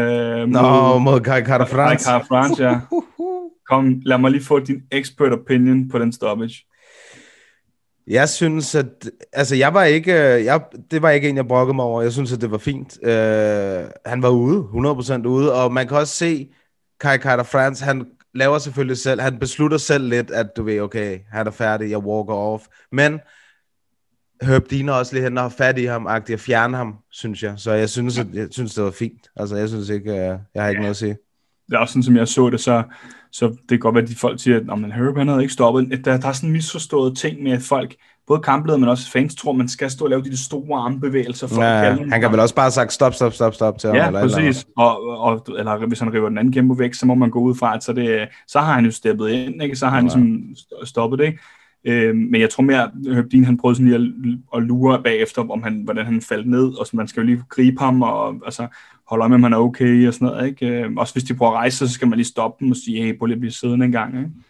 Mod Kai Kara-France. Kai Kara-France, ja. Kom, lad mig lige få din expert opinion på den stoppage. Jeg synes, at altså det var ikke en, jeg brokkede mig over. Jeg synes, at det var fint. Han var ude, 100% ude, og man kan også se Kai Kara-France, han laver selvfølgelig selv, han beslutter selv lidt, at du ved, okay, han er færdig, jeg walker off. Men Herb Dean også lige hen og har fat i ham, agtigt at fjerne ham, synes jeg. Så jeg synes, det var fint. Altså, jeg synes ikke, jeg har ikke noget at sige. Det er også sådan, som jeg så det, så det kan godt være, at de folk siger, at Herb, han havde ikke stoppet. Der er sådan misforstået ting med, at folk, både kampledere, men også fans, tror, man skal stå og lave de store armbevægelser. For han kan vel også bare sagt stop til ham. Ja, præcis. Eller hvis han river den anden kæmpe væk, så må man gå ud fra, at så har han jo steppet ind, ikke? Så har han ligesom stoppet det, ikke? Men jeg tror mere, Herb Dean, han prøvede sådan lige at lure bagefter, hvordan han faldt ned, og så man skal jo lige gribe ham, og altså holde øje med, om han er okay, og sådan noget, ikke? Også hvis de prøver at rejse, så skal man lige stoppe dem og sige, hey, prøv lige at blive siddende en gang, ikke?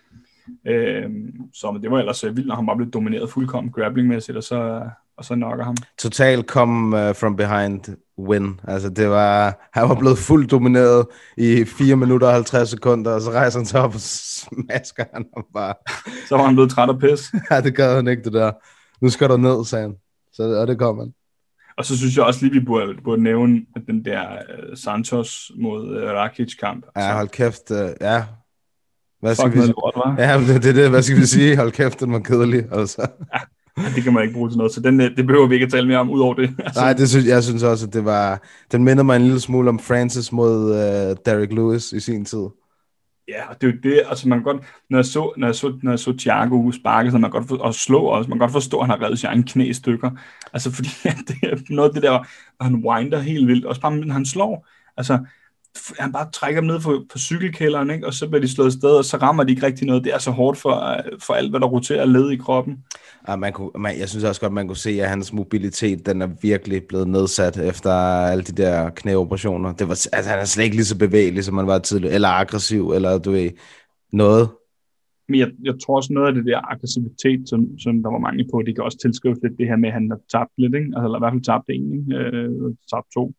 Så det var ellers vildt, når han bare blev domineret fuldkommen grapplingmæssigt, og så knocker ham. Total come from behind win. Altså han var blevet fuldt domineret i 4 minutter og 50 sekunder, og så rejser han sig op og smasker han ham bare. Så var han blevet træt og pis. Ja, det gad han ikke, det der. Nu skal der ned, sagde han. Og det kom han. Og så synes jeg også lige, vi burde nævne den der Santos mod Rakic-kamp. Ja, hold kæft. Ja. Hvad skal vi sige? Lort, ja, det er det. Hvad skal vi sige? Hold kæft, den var kedelig. Altså. Ja, det kan man ikke bruge til noget. Så det behøver vi ikke at tale mere om, udover det. Altså. Nej, jeg synes også, at den minder mig en lille smule om Francis mod Derek Lewis i sin tid. Ja, og det er jo det, altså man kan godt, når jeg så Thiago sparke, så man godt og slå også, man kan godt forstå, at han har revet sig egen knæ i stykker. Altså fordi det er noget af det der, når han winder helt vildt, også bare når han slår, altså han bare trækker dem ned på cykelkælderen, ikke? Og så bliver de slået sted, og så rammer de ikke rigtig noget. Det er så hårdt for alt, hvad der roterer led i kroppen. Ja, jeg synes også godt, man kunne se, at hans mobilitet, den er virkelig blevet nedsat efter alle de der knæoperationer. Han er slet ikke lige så bevægelig, som man var tidligere, eller aggressiv, eller du ved, noget. Men jeg tror også noget af det der aggressivitet, som der var mange på, det kan også tilskrives lidt det her med, at han har tabt lidt, ikke? Altså, eller i hvert fald tabt en, ikke? Tabt 2.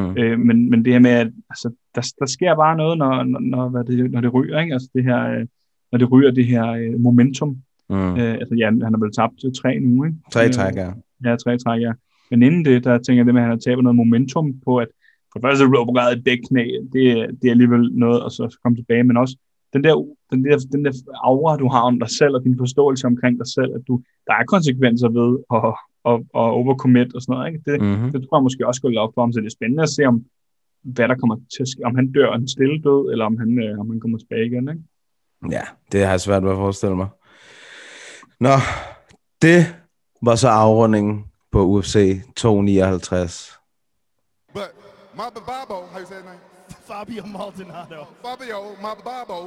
Men det her med, at altså, der sker bare noget, når det ryger, ikke? Altså det her, når det ryger det her momentum. Altså ja, han har vel tabt 3 nu, ikke? 3 træk, ja. Ja, 3 træk, ja. Men inden det, der tænker jeg det med, at han har tabt noget momentum på, at for det første er opereret et dækknæ, det er alligevel noget, og så komme tilbage, men også den der aura, du har om dig selv, og din forståelse omkring dig selv, at der er konsekvenser ved at overcommit og sådan noget, ikke? Det tror jeg måske også skulle op for ham, så det er spændende at se, hvad der kommer til at ske, om han dør en stille død, eller om han kommer tilbage igen, ikke? Ja, det har jeg svært ved at forestille mig. Nå, det var så afrundingen på UFC 259. But Mababo, how you say his name? Fabio Maldonado. Fabio Mababo.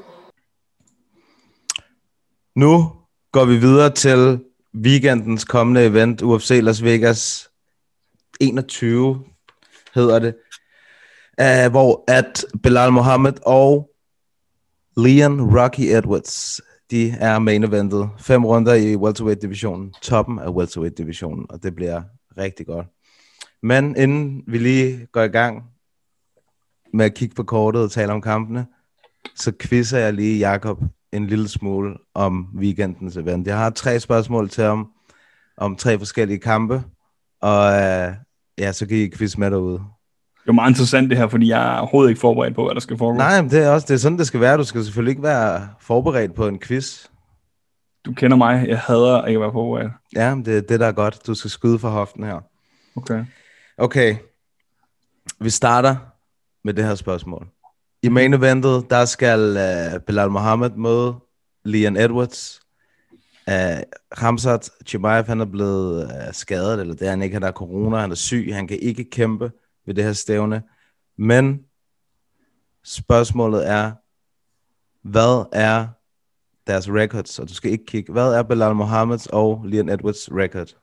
Nu går vi videre til weekendens kommende event, UFC Las Vegas 21 hedder det, hvor at Belal Muhammad og Leon Rocky Edwards, de er main eventet. 5 runder i welterweight-divisionen, toppen af welterweight-divisionen, og det bliver rigtig godt. Men inden vi lige går i gang med at kigge på kortet og tale om kampene, så quizzer jeg lige Jakob en lille smule om weekendens event. Jeg har 3 spørgsmål til ham om 3 forskellige kampe, og så kan I quiz med derude. Det er meget interessant det her, fordi jeg er overhovedet ikke forberedt på, hvad der skal foregå. Nej, men det er sådan, det skal være. Du skal selvfølgelig ikke være forberedt på en quiz. Du kender mig. Jeg hader ikke at være forberedt. Ja, det er det, der er godt. Du skal skyde for hoften her. Okay. Vi starter med det her spørgsmål. I main eventet, der skal Belal Muhammad møde Leon Edwards. Khamzat Chimaev, han er blevet skadet, eller det er han ikke. Han er corona, han er syg, han kan ikke kæmpe ved det her stævne. Men spørgsmålet er, hvad er deres records? Og du skal ikke kigge. Hvad er Belal Muhammads og Leon Edwards record?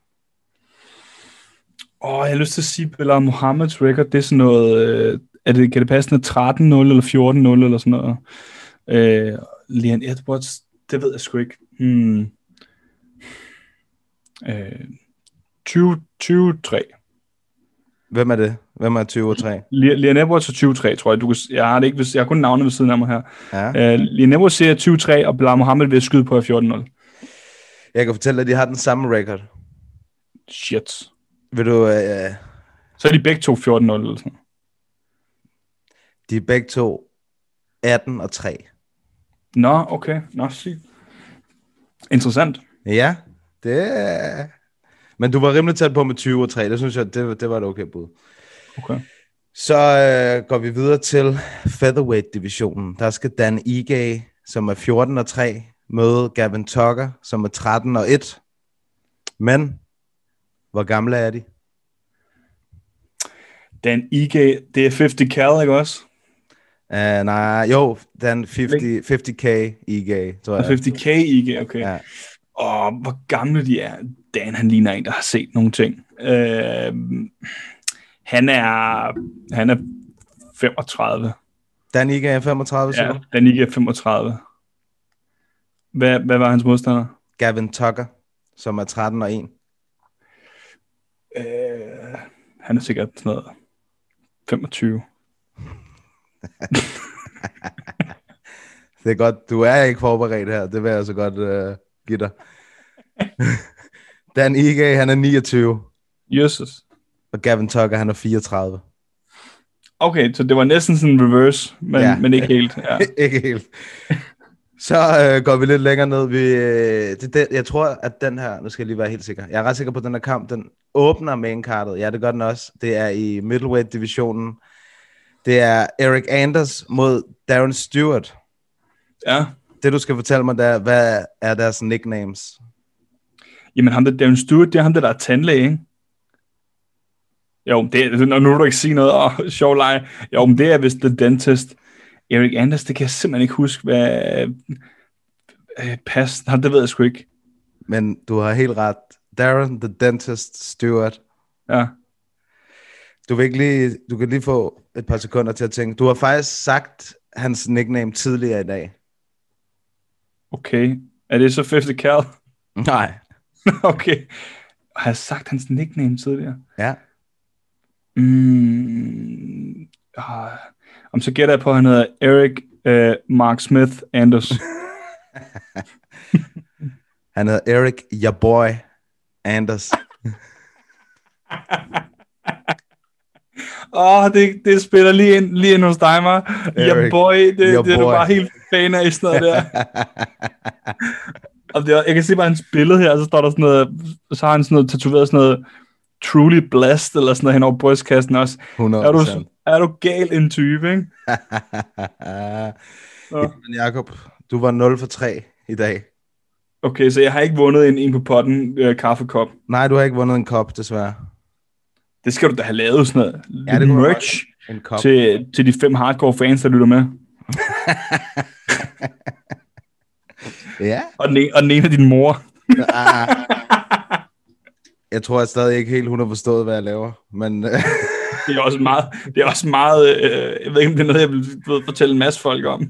Jeg har lyst til at sige, Belal Muhammads record, det er sådan noget... kan det passe, 13-0 eller 14-0 eller sådan noget? Leon Edwards, det ved jeg sgu ikke. 23. Hvem er det? Hvem er 23? Leon Edwards er 23, tror jeg. Jeg har kun navnet ved siden af mig her. Ja. Leon Edwards siger 23, og Belal Muhammad vil skyde på 14-0. Jeg kan fortælle dig, at de har den samme record. Shit. Vil du... Så er de begge to 14-0 eller sådan. De er begge to 18-3. Nå, okay. Nå, sig. Interessant. Ja, det er... Men du var rimelig tæt på med 20-3. Det synes jeg, det var et okay bud. Okay. Så går vi videre til featherweight-divisionen. Der skal Dan Ige, som er 14-3, møde Gavin Tucker, som er 13-1. Men, hvor gamle er de? Dan Ige, det er 50 cal, ikke også? Nej, jo, den 50k Ige, tror jeg. 50k Ige, okay. Ja. Hvor gamle de er. Dan, han ligner en, der har set nogle ting. Han er 35. Dan Ige er 35, så? Ja, Dan Ige er 35. Hvad var hans modstander? Gavin Tucker, som er 13-1. Han er sikkert sådan noget 25. Det er godt. Du er ikke forberedt her. Det vil jeg så godt give dig. Dan Ige, han er 29. Jesus. Og Gavin Tucker, han er 34. Okay, så det var næsten sådan en reverse, men ikke helt. Ja. Ikke helt. Så går vi lidt længere ned. Jeg tror, at den her, nu skal jeg lige være helt sikker. Jeg er ret sikker på, at den her kamp, den åbner maincardet. Ja, det gør den også. Det er i middleweight-divisionen. Det er Eric Anders mod Darren Stewart. Ja. Det, du skal fortælle mig, der, hvad er deres nicknames? Jamen, ham der Darren Stewart, det er ham der er tandlæge, ikke? Jo, nu vil du ikke sige noget. Sjov leg. Jo, men det er vist The Dentist. Eric Anders, det kan jeg simpelthen ikke huske, hvad pas. Det ved jeg sgu ikke. Men du har helt ret. Darren, The Dentist, Stewart. Ja. Du kan lige få et par sekunder til at tænke. Du har faktisk sagt hans nickname tidligere i dag. Okay. Er det så 50 Cal? Nej. Okay. Har jeg sagt hans nickname tidligere? Ja. Om så gætter jeg på, at han hedder Eric Mark Smith Anders. Han hedder Eric Your Boy Anders. Det spiller lige ind hos dig, mig. Your Boy, det er du bare helt fan af i sådan noget der. Og jeg kan se bare hans billede her, så står der sådan noget, så har han sådan noget tatoveret sådan noget truly blessed, eller sådan noget hen over brystkassen også. 100%. Er du gal en type, ikke? Men Jacob, du var 0 for 3 i dag. Okay, så jeg har ikke vundet en på potten kaffekop. Nej, du har ikke vundet en kop, desværre. Det skal du da have lavet sådan noget. Ja, det merch til de 5 hardcore fans, der lytter med. Ja. Og den ene af din mor. Jeg tror, jeg stadig ikke helt 100 forstået, hvad jeg laver. Men det er også meget jeg ved ikke, om det er noget, jeg vil fortælle en masse folk om.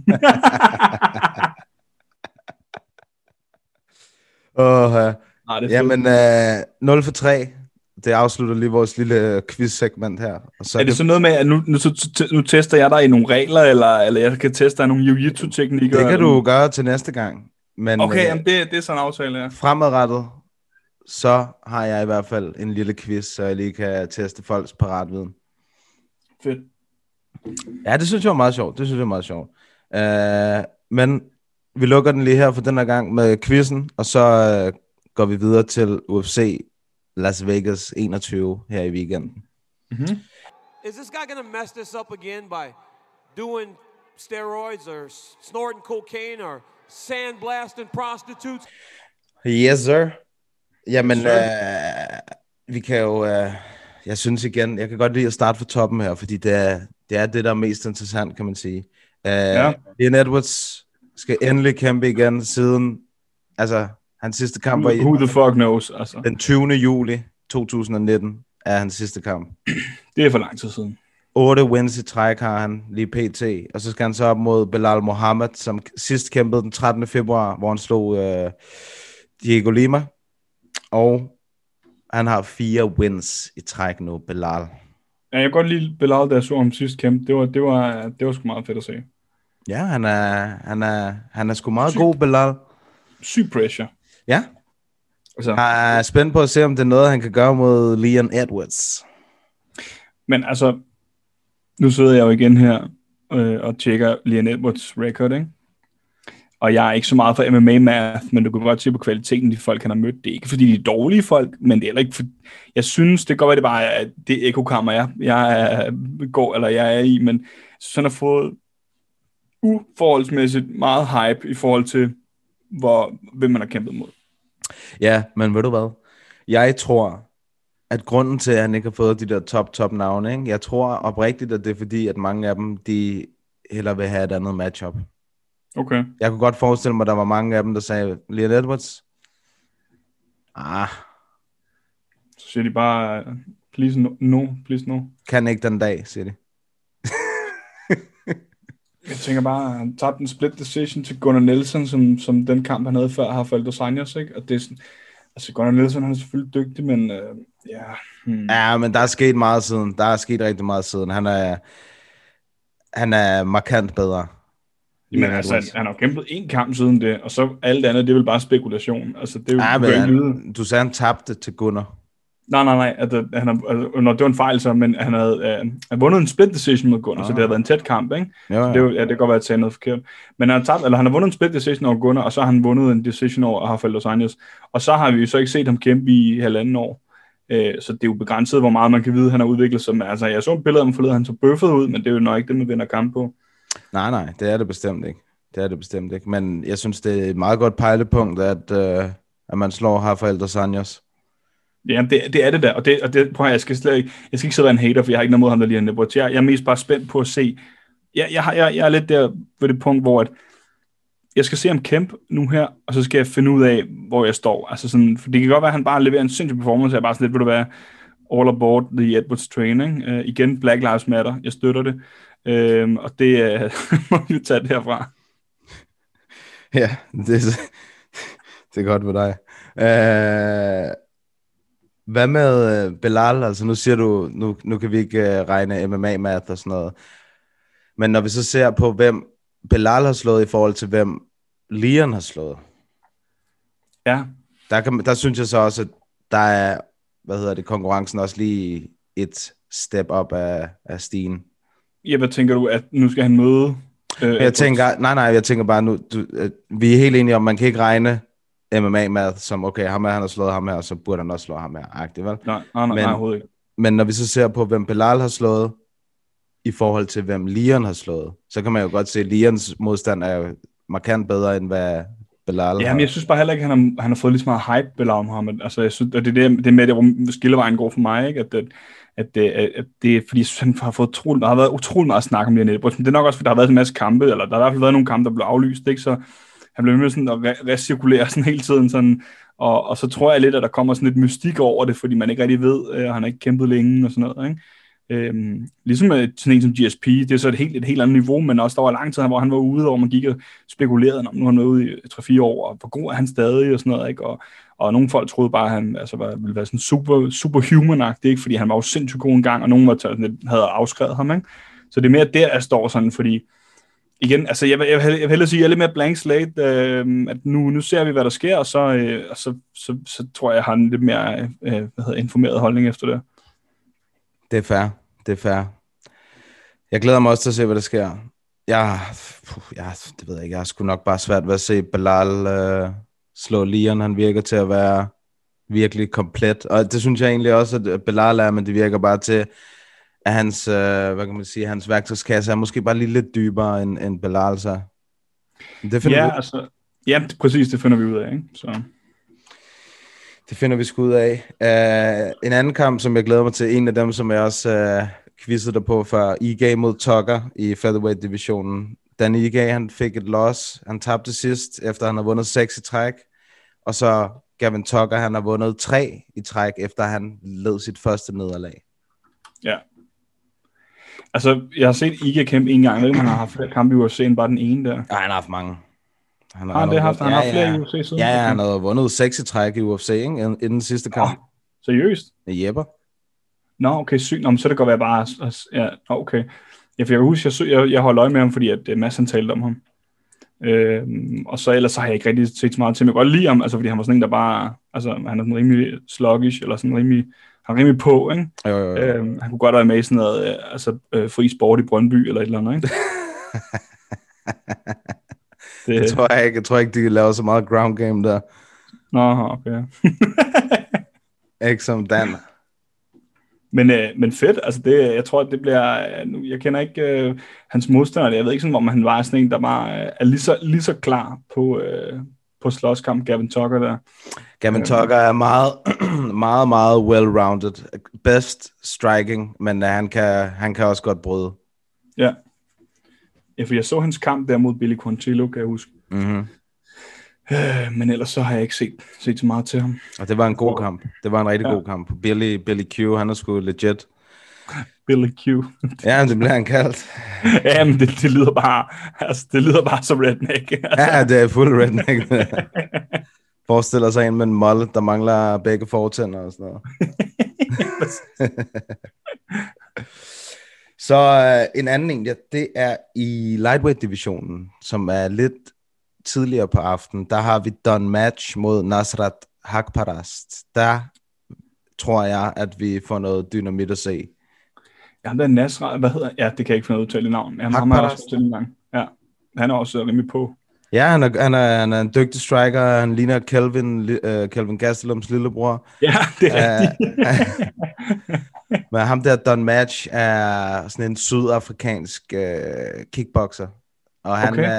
Jamen, 0 for 3. Det afslutter lige vores lille quiz-segment her. Og så er det så noget med, at nu tester jeg dig i nogle regler, eller jeg kan teste dig nogle jiu-jitsu-teknikker? Det kan du gøre til næste gang. Men, okay, jamen det er sådan en aftale, ja. Fremadrettet, så har jeg i hvert fald en lille quiz, så jeg lige kan teste folks paratviden. Fedt. Ja, det synes jeg var meget sjovt. Men vi lukker den lige her for den her gang med quizzen, og så går vi videre til UFC Las Vegas 21 her i weekenden. Mm-hmm. Is this guy gonna mess this up again by doing steroids or snorting cocaine or sandblasting prostitutes? Yes, sir. Jamen, vi kan jo... jeg synes igen, jeg kan godt lide at starte fra toppen her, fordi det er det, der er mest interessant, kan man sige. Leon Edwards skal endelig kæmpe igen siden... Altså, hans sidste kamp var i... Who the fuck knows, altså. Den 20. juli 2019 er hans sidste kamp. Det er for lang tid siden. 8 wins i træk har han lige pt. Og så skal han så op mod Belal Muhammad, som sidst kæmpede den 13. februar, hvor han slog Diego Lima. Og han har 4 wins i træk nu, Belal. Ja, jeg kan godt lide Belal, da jeg så ham sidst kæmpe. Det var sgu meget fedt at se. Ja, han er sgu meget god, Belal. Syg pressure. Ja. Altså. Jeg er spændt på at se, om det er noget, han kan gøre mod Leon Edwards. Men altså, nu sidder jeg jo igen her og tjekker Leon Edwards record, ikke? Og jeg er ikke så meget for MMA-math, men du kan godt se på kvaliteten, de folk, han har mødt. Det er ikke, fordi de er dårlige folk, men det er ikke for... Jeg synes, det kan godt være, det bare er det ekokammer, jeg er i, men sådan har fået uforholdsmæssigt meget hype i forhold til, hvem man har kæmpet mod. Ja, men ved du hvad? Jeg tror, at grunden til, at han ikke har fået de der top navne, ikke? Jeg tror oprigtigt, at det er fordi, at mange af dem, de hellere vil have et andet matchup. Okay. Jeg kunne godt forestille mig, at der var mange af dem, der sagde, Leon Edwards? Så siger de bare, please no. Kan ikke den dag, siger de. Jeg tænker bare, han tabte en split decision til Gunnar Nelson, som den kamp, han havde før, har faldet hos Sanjos, ikke? Og det er sådan, altså Gunnar Nelson, han er selvfølgelig dygtig, men Ja, men der er sket meget siden. Der er sket rigtig meget siden. Han er markant bedre. Men altså, han har kæmpet en kamp siden det, og så alt andet, det er vel bare spekulation. Altså, det er jo, du sagde, han tabte til Gunnar. Nej, altså, det var en fejl så, men han havde vundet en split decision mod Gunnar, så det har været en tæt kamp, ikke? Jo. Det kan godt være, at jeg sagde noget forkert. Men han har vundet en split decision over Gunnar, og så har han vundet en decision over Rafael dos Anjos. Og så har vi jo så ikke set ham kæmpe i 1,5 år. Så det er jo begrænset, hvor meget man kan vide, han har udviklet sig. Men altså, jeg så et billede af ham forleden, han så bøffet ud, men det er jo nok ikke det, man vinder kamp på. Nej, det er det bestemt ikke. Men jeg synes, det er et meget godt pejlepunkt, at man slår Rafael dos Anjos. Ja, det er det der, og det prøver jeg skal ikke sidde og være en hater, for jeg har ikke noget mod ham, der lige er jeg er mest bare spændt på at se. Jeg er lidt der ved det punkt, hvor at jeg skal se ham kæmpe nu her, og så skal jeg finde ud af, hvor jeg står. Altså sådan, for det kan godt være, at han bare leverer en sindssyg performance, jeg er bare sådan lidt, vil du være all aboard the Edwards training. Igen, Black Lives Matter, jeg støtter det. Og det må vi tage det herfra. Ja, det er godt med dig. Hvad med Belal? Altså nu siger du, nu kan vi ikke regne MMA-math og sådan noget. Men når vi så ser på, hvem Belal har slået i forhold til, hvem Leon har slået. Ja. Der synes jeg så også, at der er, konkurrencen også lige et step op af stigen. Ja, hvad tænker du, at nu skal han møde? Jeg tænker bare nu, vi er helt enige om, man kan ikke regne MMA-math som, okay, ham her, han har slået ham her, og så burde han også slå ham her, agtigt, vel? Nej, overhovedet ikke. Men når vi så ser på, hvem Belal har slået, i forhold til, hvem Leon har slået, så kan man jo godt se, at Leons modstand er jo markant bedre, end hvad Belal har. Ja, men jeg synes bare heller ikke, at han har fået lige så meget hype, Belal Muhammad. Altså, jeg synes, og det er med, det skillevejen går for mig, ikke? At det er, fordi han har fået der har været utrolig meget snak om det. Men det er nok også, fordi der har været en masse kampe, eller der har i hvert fald været nogle kampe, der blev aflyst, ikke? Så han blev med sådan at recirkulere sådan hele tiden, sådan, og så tror jeg lidt, at der kommer sådan lidt mystik over det, fordi man ikke rigtig ved, og han har ikke kæmpet længe og sådan noget, ikke? Ligesom sådan en som GSP, det er så et helt andet niveau, men også der var lang tid, hvor han var ude, og man gik og spekulerede, om nu er han ude i 3-4 år, og hvor god er han stadig, og sådan noget, ikke? Og nogle folk troede bare, at han ville være sådan superhuman-agtig, ikke? Fordi han var jo sindssygt god en gang, og nogen havde afskrevet ham, ikke? Så det er mere der, jeg står sådan, fordi igen, altså jeg vil hellere sige, at jeg er lidt mere blank slate, at nu ser vi, hvad der sker, og så tror jeg, har en lidt mere informeret holdning efter det. Det er fair. Jeg glæder mig også til at se, hvad der sker. Det ved jeg ikke. Jeg har sgu nok bare svært ved at se Belal slå Leon. Han virker til at være virkelig komplet. Og det synes jeg egentlig også, at Belal er, men det virker bare til, at hans, hvad kan man sige, hans værktøjskasse er måske bare lige lidt dybere end Belal så. Præcis, det finder vi ud af, ikke? Så. Det finder vi sgu ud af. En anden kamp, som jeg glæder mig til, en af dem, som jeg også quizzede dig på før, Ige mod Tucker i featherweight-divisionen. Dan Ige, han fik et loss. Han tabte sidst, efter han har vundet 6 i træk. Og så Gavin Tucker, han har vundet 3 i træk, efter han led sit første nederlag. Ja. Altså, jeg har set Ige kæmpe en gang. Jeg ved ikke, om han har haft flere kampe i UFC end bare den ene der. Ja, han har haft mange. Han har haft flere i UFC siden? Ja, han har vundet 6 i træk i UFC, ikke? Inden den sidste kamp. Seriøst? Med Jepper. Nå, okay, sygt. Nå, men så det kan være bare... Ja, okay. Ja, for jeg kan huske, jeg holdt øje med ham, fordi at Mads han talte om ham. Og så ellers så har jeg ikke rigtig set så meget til, men jeg kan godt lide ham, altså fordi han var sådan en, der bare... Altså, han er sådan rimelig sluggish, eller sådan rimelig... Han er rimelig på, ikke? Jo. Han kunne godt være med i sådan noget, fri sport i Brøndby, eller et eller andet, ikke? Det tror jeg ikke. Jeg tror ikke, de laver så meget ground game der. Nå, okay. Ikke som Dan. Men fedt, altså det, jeg tror, at det bliver... Jeg kender ikke hans modstander. Jeg ved ikke sådan, om han var sådan en, der bare er lige så klar på slåskamp, Gavin Tucker der. Gavin Tucker er meget well-rounded. Best striking, men han kan også godt bryde. Ja. Ja, for jeg så hans kamp der mod Billy Quarantillo, kan jeg huske. Mm-hmm. Men ellers så har jeg ikke set så meget til ham. Og det var en god kamp. Det var en rigtig god kamp. Billy Q, han er sgu legit. Billy Q. Ja, det bliver han kaldt. Ja, men det lyder bare som redneck. Ja, det er fuld redneck. Forestiller sig en med en mullet, der mangler begge fortænder og sådan noget. Så en anden en, ja, det er i lightweight-divisionen, som er lidt tidligere på aftenen. Der har vi done match mod Nasrat Haqparast. Der tror jeg, at vi får noget dynamit at se. Ja, der er Nasrat, hvad hedder? Ja, det kan jeg ikke finde ud af at udtale navn. Ja, han har også fortalt en gang. Ja, han er også rimelig på. Ja, han er en dygtig striker. Han ligner Kelvin Gastelums lillebror. Ja, det er rigtigt. Men ham der Don Match er sådan en sydafrikansk kickboxer. Og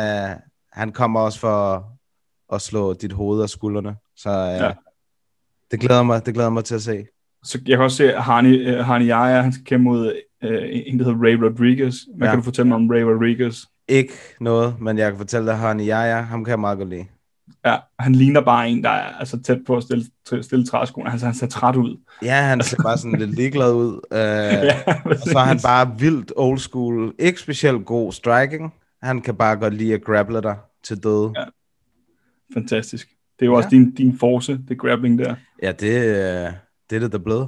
han kommer også for at slå dit hoved og skuldrene. Så det glæder mig til at se. Så jeg kan også se, at Hani Yahya, han skal kæmpe mod en, der hedder Ray Rodriguez. Hvad kan du fortælle mig om Ray Rodriguez? Ikke noget, men jeg kan fortælle dig, at Hani Yahya, ham kan jeg meget godt lide. Ja, han ligner bare en, der er altså tæt på at stille træskoene. Altså, han ser træt ud. Ja, han ser bare sådan lidt ligeglad ud. Og så er han bare vildt old school. Ikke specielt god striking. Han kan bare godt lide at grapple dig til døde. Ja. Fantastisk. Det er jo også din force, det grappling der. Ja, det er det, der er blevet.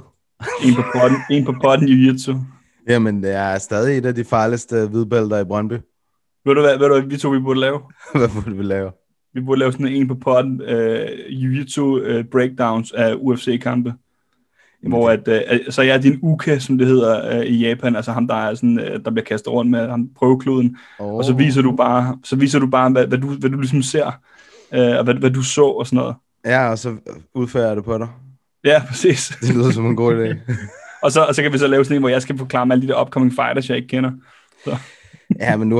En på potten i jiu-jitsu. Jamen, det er stadig et af de farligste hvidbælter i Brøndby. Ved du hvad vi burde lave? Hvad burde vi lave? Vi burde lave sådan en på potten jiu-jitsu breakdowns af UFC-kampe. Hvor så jeg er din uke, som det hedder i Japan, altså ham, der er sådan, der bliver kastet rundt med ham prøvekluden, og så viser du bare, hvad du ligesom ser, og hvad du så og sådan noget. Ja, og så udfører jeg det på dig. Ja, præcis. Det lyder som en god idé. og så kan vi så lave sådan en, hvor jeg skal forklare mig alle de der upcoming fighters, jeg ikke kender. Så. Ja, men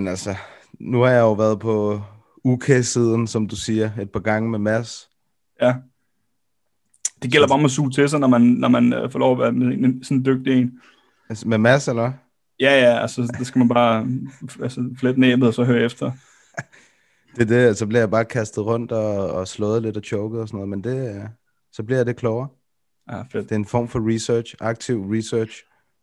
nu har jeg jo været på UK-siden, som du siger, et par gange med Mads. Ja. Det gælder bare om at suge til sig, når man får lov at være med sådan en dygtig en. Altså med Mads, eller? Ja, altså det skal man bare flette næbet og så høre efter. Det er det, så bliver jeg bare kastet rundt og slået lidt og choket og sådan noget, men så bliver det klogere. Ja, fedt. Det er en form for research, aktiv research.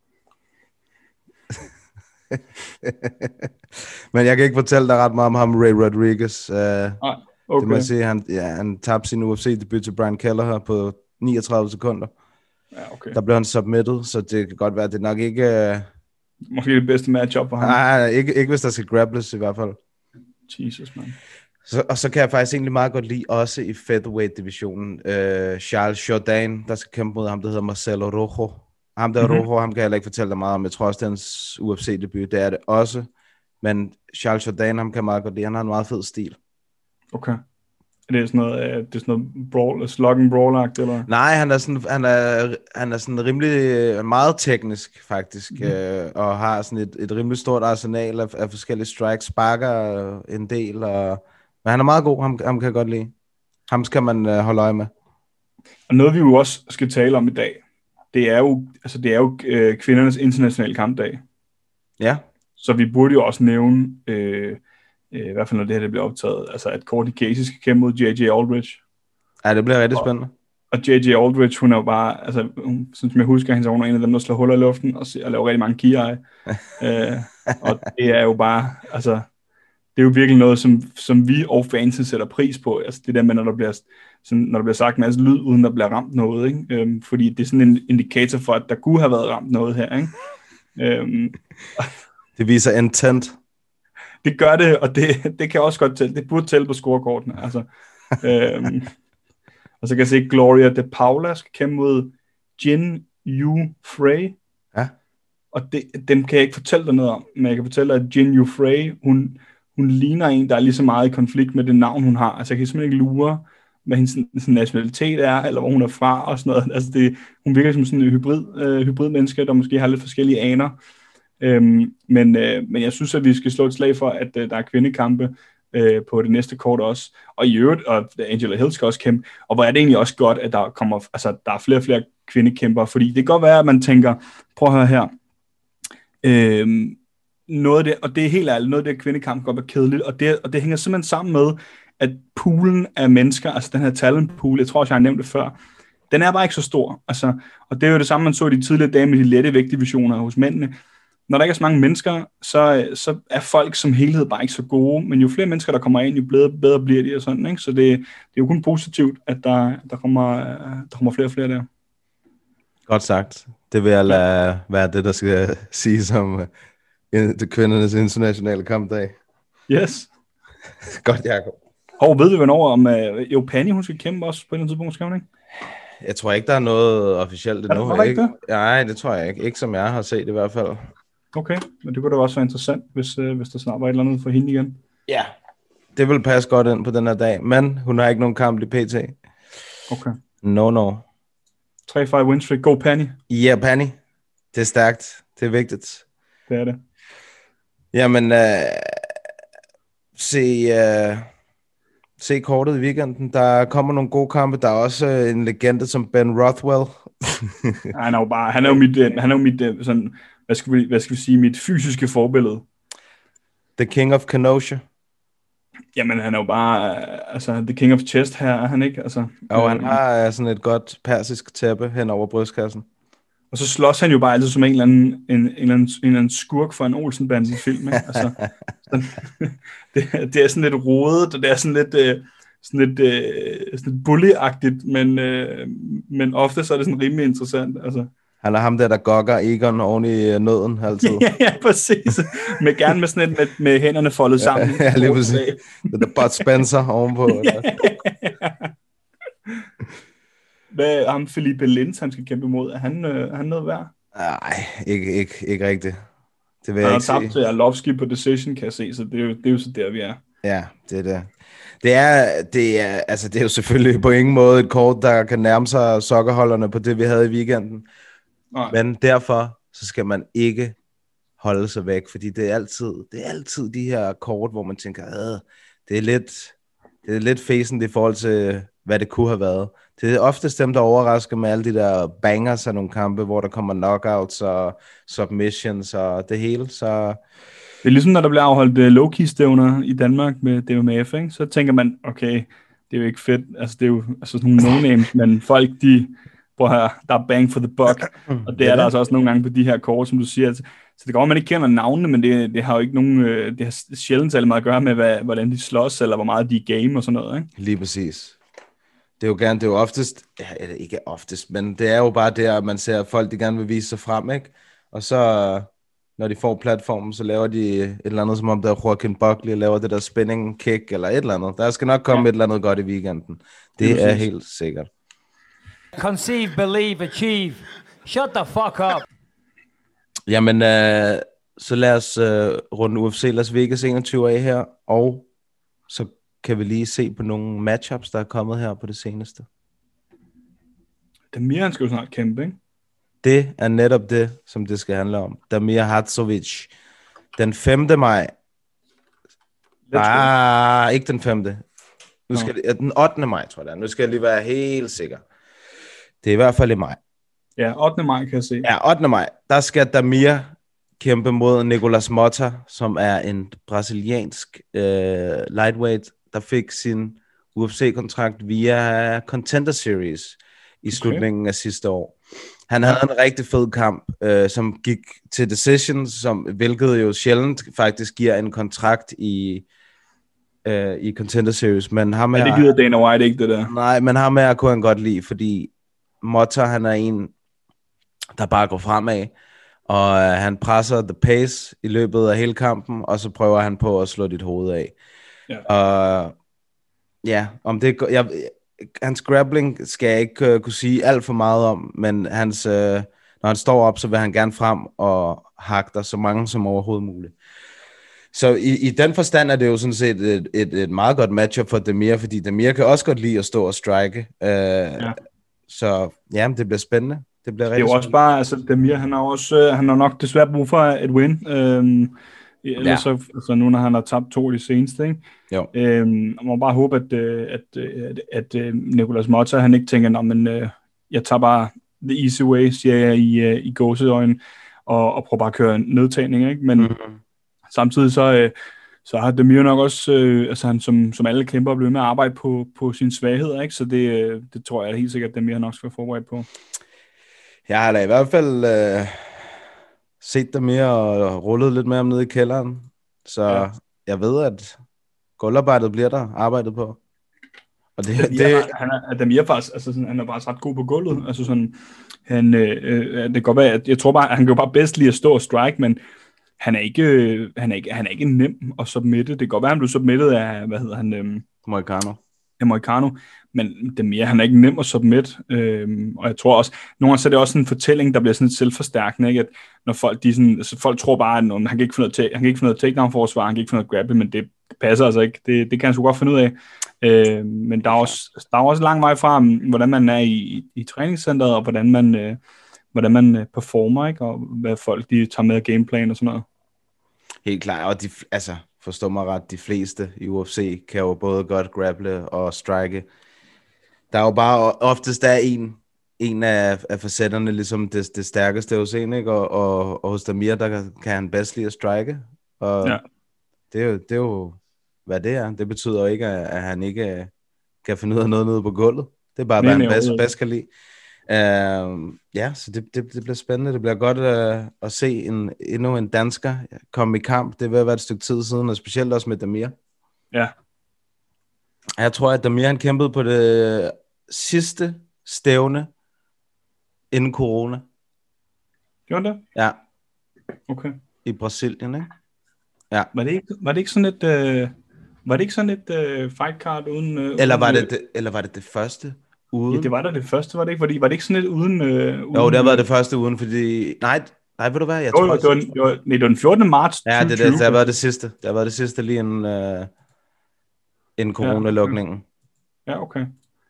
Men jeg kan ikke fortælle dig ret meget om ham, Ray Rodriguez. Okay. Det må jeg sige, han tabte sin UFC-debut til Brian Kelleher på 39 sekunder. Ja, okay. Der blev han submitted, så det kan godt være, at det nok ikke... Måske det bedste matchup for ham. Nej, ikke hvis der skal grapples i hvert fald. Jesus, man. Og så kan jeg faktisk egentlig meget godt lide, også i featherweight-divisionen, Charles Jourdain, der skal kæmpe mod ham, der hedder Marcelo Rojo. Ham der Rojo, ham kan jeg heller ikke fortælle dig meget om. Jeg tror også, det er hans UFC-debut, det er det også. Men Charles Jourdain, ham kan jeg meget godt lide. Han har en meget fed stil. Okay. Er det sådan noget brawl, slug brawl-agt, eller? Nej, han er sådan rimelig meget teknisk, faktisk. Og har sådan et rimelig stort arsenal af forskellige strikes. Sparker en del. Men han er meget god, ham kan jeg godt lide. Ham skal man holde øje med. Og noget, vi jo også skal tale om i dag, det er jo kvindernes internationale kampdag. Ja. Så vi burde jo også nævne, i hvert fald når det her bliver optaget, altså at Courtney Casey skal kæmpe mod J.J. Aldridge. Ja, det bliver rigtig spændende. Og J.J. Aldridge, hun er jo bare, altså, som jeg husker, hun er en af dem, der slår huller i luften og laver rigtig mange ki-eye. Og det er jo bare, altså, det er jo virkelig noget, som vi og fansen sætter pris på. Altså det der med, når der bliver sagt en masse lyd, uden der bliver ramt noget, ikke? Fordi det er sådan en indikator for, at der kunne have været ramt noget her, ikke? Det viser intent. Det gør det, og det kan også godt tælle. Det burde tælle på scorekortene. Altså. Og så kan jeg se, Gloria De Paula skal kæmpe mod Jin Yu Frey. Ja. Og dem kan jeg ikke fortælle dig noget om, men jeg kan fortælle dig, at Jin Yu Frey, hun ligner en, der er lige så meget i konflikt med det navn, hun har. Altså jeg kan simpelthen ikke lure, hvad hendes nationalitet er, eller hvor hun er fra, og sådan noget. Altså hun virker som sådan en hybrid menneske, der måske har lidt forskellige aner. Men jeg synes, at vi skal slå et slag for, at der er kvindekampe på det næste kort også. Og i øvrigt, og Angela Hill skal også kæmpe. Og hvor er det egentlig også godt, at der er flere og flere kvindekæmpere, fordi det kan godt være, at man tænker, prøv at høre her, noget af det, og det er helt ærligt, noget af det kvindekamp kan godt være kedeligt, og det hænger simpelthen sammen med, at poolen af mennesker, altså den her talent pool, jeg tror også, jeg har nævnt det før, den er bare ikke så stor. Altså, og det er jo det samme, man så i de tidligere dage med de lette vægtdivisioner hos mændene. Når der ikke er så mange mennesker, så er folk som helhed bare ikke så gode, men jo flere mennesker, der kommer ind, jo bedre bliver de og sådan, ikke? Så det er jo kun positivt, at der kommer flere og flere der. Godt sagt. Det vil jeg lade være det, der skal siges om det kvindernes internationale kampdag. Yes. Godt, Jacob. Ved vi hvornår om Pani, hun skal kæmpe også på en tidspunkt, skal hun ikke? Jeg tror ikke, der er noget officielt endnu. Er der ikke det? Nej, det tror jeg ikke. Ikke som jeg har set i hvert fald. Okay, men det kunne da også være interessant, hvis der snart var et eller andet for hende igen. Ja, det vil passe godt ind på den her dag, men hun har ikke nogen kamp i PT. Okay. No. 3-5 win streak. Go Pani. Ja, Pani. Det er stærkt. Det er vigtigt. Det er det. Jamen, se kortet i weekenden. Der kommer nogle gode kampe. Der er også en legende som Ben Rothwell. Han er jo mit sådan, hvad skal vi sige, mit fysiske forbillede. The King of Kenosha. Jamen, han er jo bare, the King of Chest her, er han ikke? Altså, og han har sådan et godt persisk tæppe hen over brystkassen. Og så slås han jo bare altid som en eller anden skurk for en Olsen-banden-film, ikke? Altså, det er sådan lidt rodet, og det er sådan lidt bully-agtigt, men ofte så er det sådan rimelig interessant, altså. Han er ham der gokker Egon oven i nøden altid. ja, præcis. Gerne med sådan et med hænderne foldet sammen. ja, lige præcis. Det er Bud Spencer ovenpå. Hvad ham Felipe Lins, han skal kæmpe imod? Er han noget værd? Nej, ikke rigtigt. Det vil jeg ikke sige. Han har tabt til Arlovski på decision, kan jeg se, så det er jo så der, vi er. Ja, det er det. Det er jo selvfølgelig på ingen måde et kort, der kan nærme sig sokkerholderne på det, vi havde i weekenden. Nej. Men derfor så skal man ikke holde sig væk, fordi det er altid de her kort, hvor man tænker, det er lidt fæsent i forhold til, hvad det kunne have været. Det er oftest dem, der overrasker med alle de der bangers af nogle kampe, hvor der kommer knockouts og submissions og det hele. Så det er ligesom, når der bliver afholdt low-key-stævner i Danmark med DMF, ikke? Så tænker man, okay, det er jo ikke fedt. Altså, det er jo sådan nogle no-names, men folk, der er bang for the buck. Og det er der altså også nogle gange på de her kort, som du siger. Altså, så det går, at man ikke kender navnene, men det har jo ikke nogen, det har sjældent særlig meget at gøre med, hvordan de slås, eller hvor meget de er game og sådan noget, ikke? Lige præcis. Det er jo oftest, eller ikke oftest, men det er jo bare det, at man ser folk, de gerne vil vise sig frem, ikke? Og så, når de får platformen, så laver de et eller andet, som om der er Joaquin Buckley, laver det der spinning kick, eller et eller andet. Der skal nok komme et eller andet godt i weekenden. Det er helt sikkert. Conceive, believe, achieve. Shut the fuck up. Jamen, så lad os runde UFC Las Vegas 21 af her, og så kan vi lige se på nogle matchups, der er kommet her på det seneste. Damir skal jo snart kæmpe, ikke? Det er netop det, som det skal handle om. Damir Hadzovic. Den 5. maj. Ikke den 5. Nu skal den 8. maj, tror jeg. Nu skal jeg lige være helt sikker. Det er i hvert fald i maj. Ja, 8. maj kan jeg se. Ja, 8. maj. Der skal Damir kæmpe mod Nicolas Motta, som er en brasiliansk lightweight, der fik sin UFC-kontrakt via Contender Series i slutningen af sidste år. Han havde en rigtig fed kamp, som gik til decision, hvilket jo sjældent faktisk giver en kontrakt i Contender Series. Men ham det gider Dana White ikke, det der. Nej, men ham her kunne han godt lide, fordi Motta, han er en, der bare går fremad, og han presser the pace i løbet af hele kampen, og så prøver han på at slå dit hoved af. Ja. Hans grappling skal jeg ikke kunne sige alt for meget om, men når han står op, så vil han gerne frem og hakke dig så mange som overhovedet muligt. Så i den forstand er det jo sådan set et meget godt matchup for Damir, fordi Damir kan også godt lide at stå og strike. Så ja, det bliver spændende. Det er jo også bare, altså Damir, han har nok desværre brug for et win. Ellers så nu, når han har tabt 2 i det seneste, ikke? Jo. Man må bare håbe, at Nicolas Motta, han ikke tænker, jeg tager bare the easy way, siger jeg i gåseøjne, og prøver bare at køre en nedtagning, ikke? Men samtidig så så har Demir nok også, altså han som alle kæmper, blevet med at arbejde på sine svagheder, ikke? Så det tror jeg helt sikkert, at Demir nok skal være forberedt på. Jeg har da i hvert fald set Demir og rullet lidt med ham nede i kælderen, så jeg ved, at gulvarbejdet bliver der arbejdet på. Og Demir faktisk, altså sådan, han er bare ret god på gulvet, altså sådan, det kan godt være, at jeg tror bare, han kan jo bare bedst lide at stå og strike, men han er ikke nem at submitte. Det kan godt være, han blev submittet af, hvad hedder han? Moicano. Men Demir, han er ikke nem at submit. Og jeg tror også, nogle gange så er det også en fortælling, der bliver sådan et selvforstærkende, ikke? At når folk, folk tror bare, at han kan ikke finde noget takedown-forsvar, han kan ikke finde noget grapple, men det passer altså ikke. Det kan han sgu godt finde ud af. Men der er også lang vej fra, hvordan man er i træningscenteret, og hvordan man performer, ikke? Og hvad folk de tager med af gameplan og sådan noget. Helt klart, og forstår mig ret, de fleste i UFC kan jo både godt grapple og strike. Der er jo bare oftest en af facetterne, ligesom det stærkeste hos en, ikke? Og hos Demir, der kan han bedst lide at strike. Og det er jo, hvad det er. Det betyder jo ikke, at han ikke kan finde ud af noget nede på gulvet. Det er bare, hvad han bedst kan lide. Så det bliver spændende. Det bliver godt at se endnu en dansker komme i kamp. Det vil være et stykke tid siden, og specielt også med Demir. Ja. Jeg tror, at Demir han kæmpede på det sidste stævne inden corona. Gjorde det? Ja. Okay. I Brasilien, ikke? Ja. Var det ikke sådan et fight card uden... Eller var det det første? Uden? Ja, det var da det første, var det ikke? Fordi var det ikke sådan et uden... Jo, det har været det første uden, fordi... Nej, ved du hvad? Det var den 14. marts 2020. Ja, det har været det sidste. Det har været det sidste lige inden coronalukningen. Ja, okay.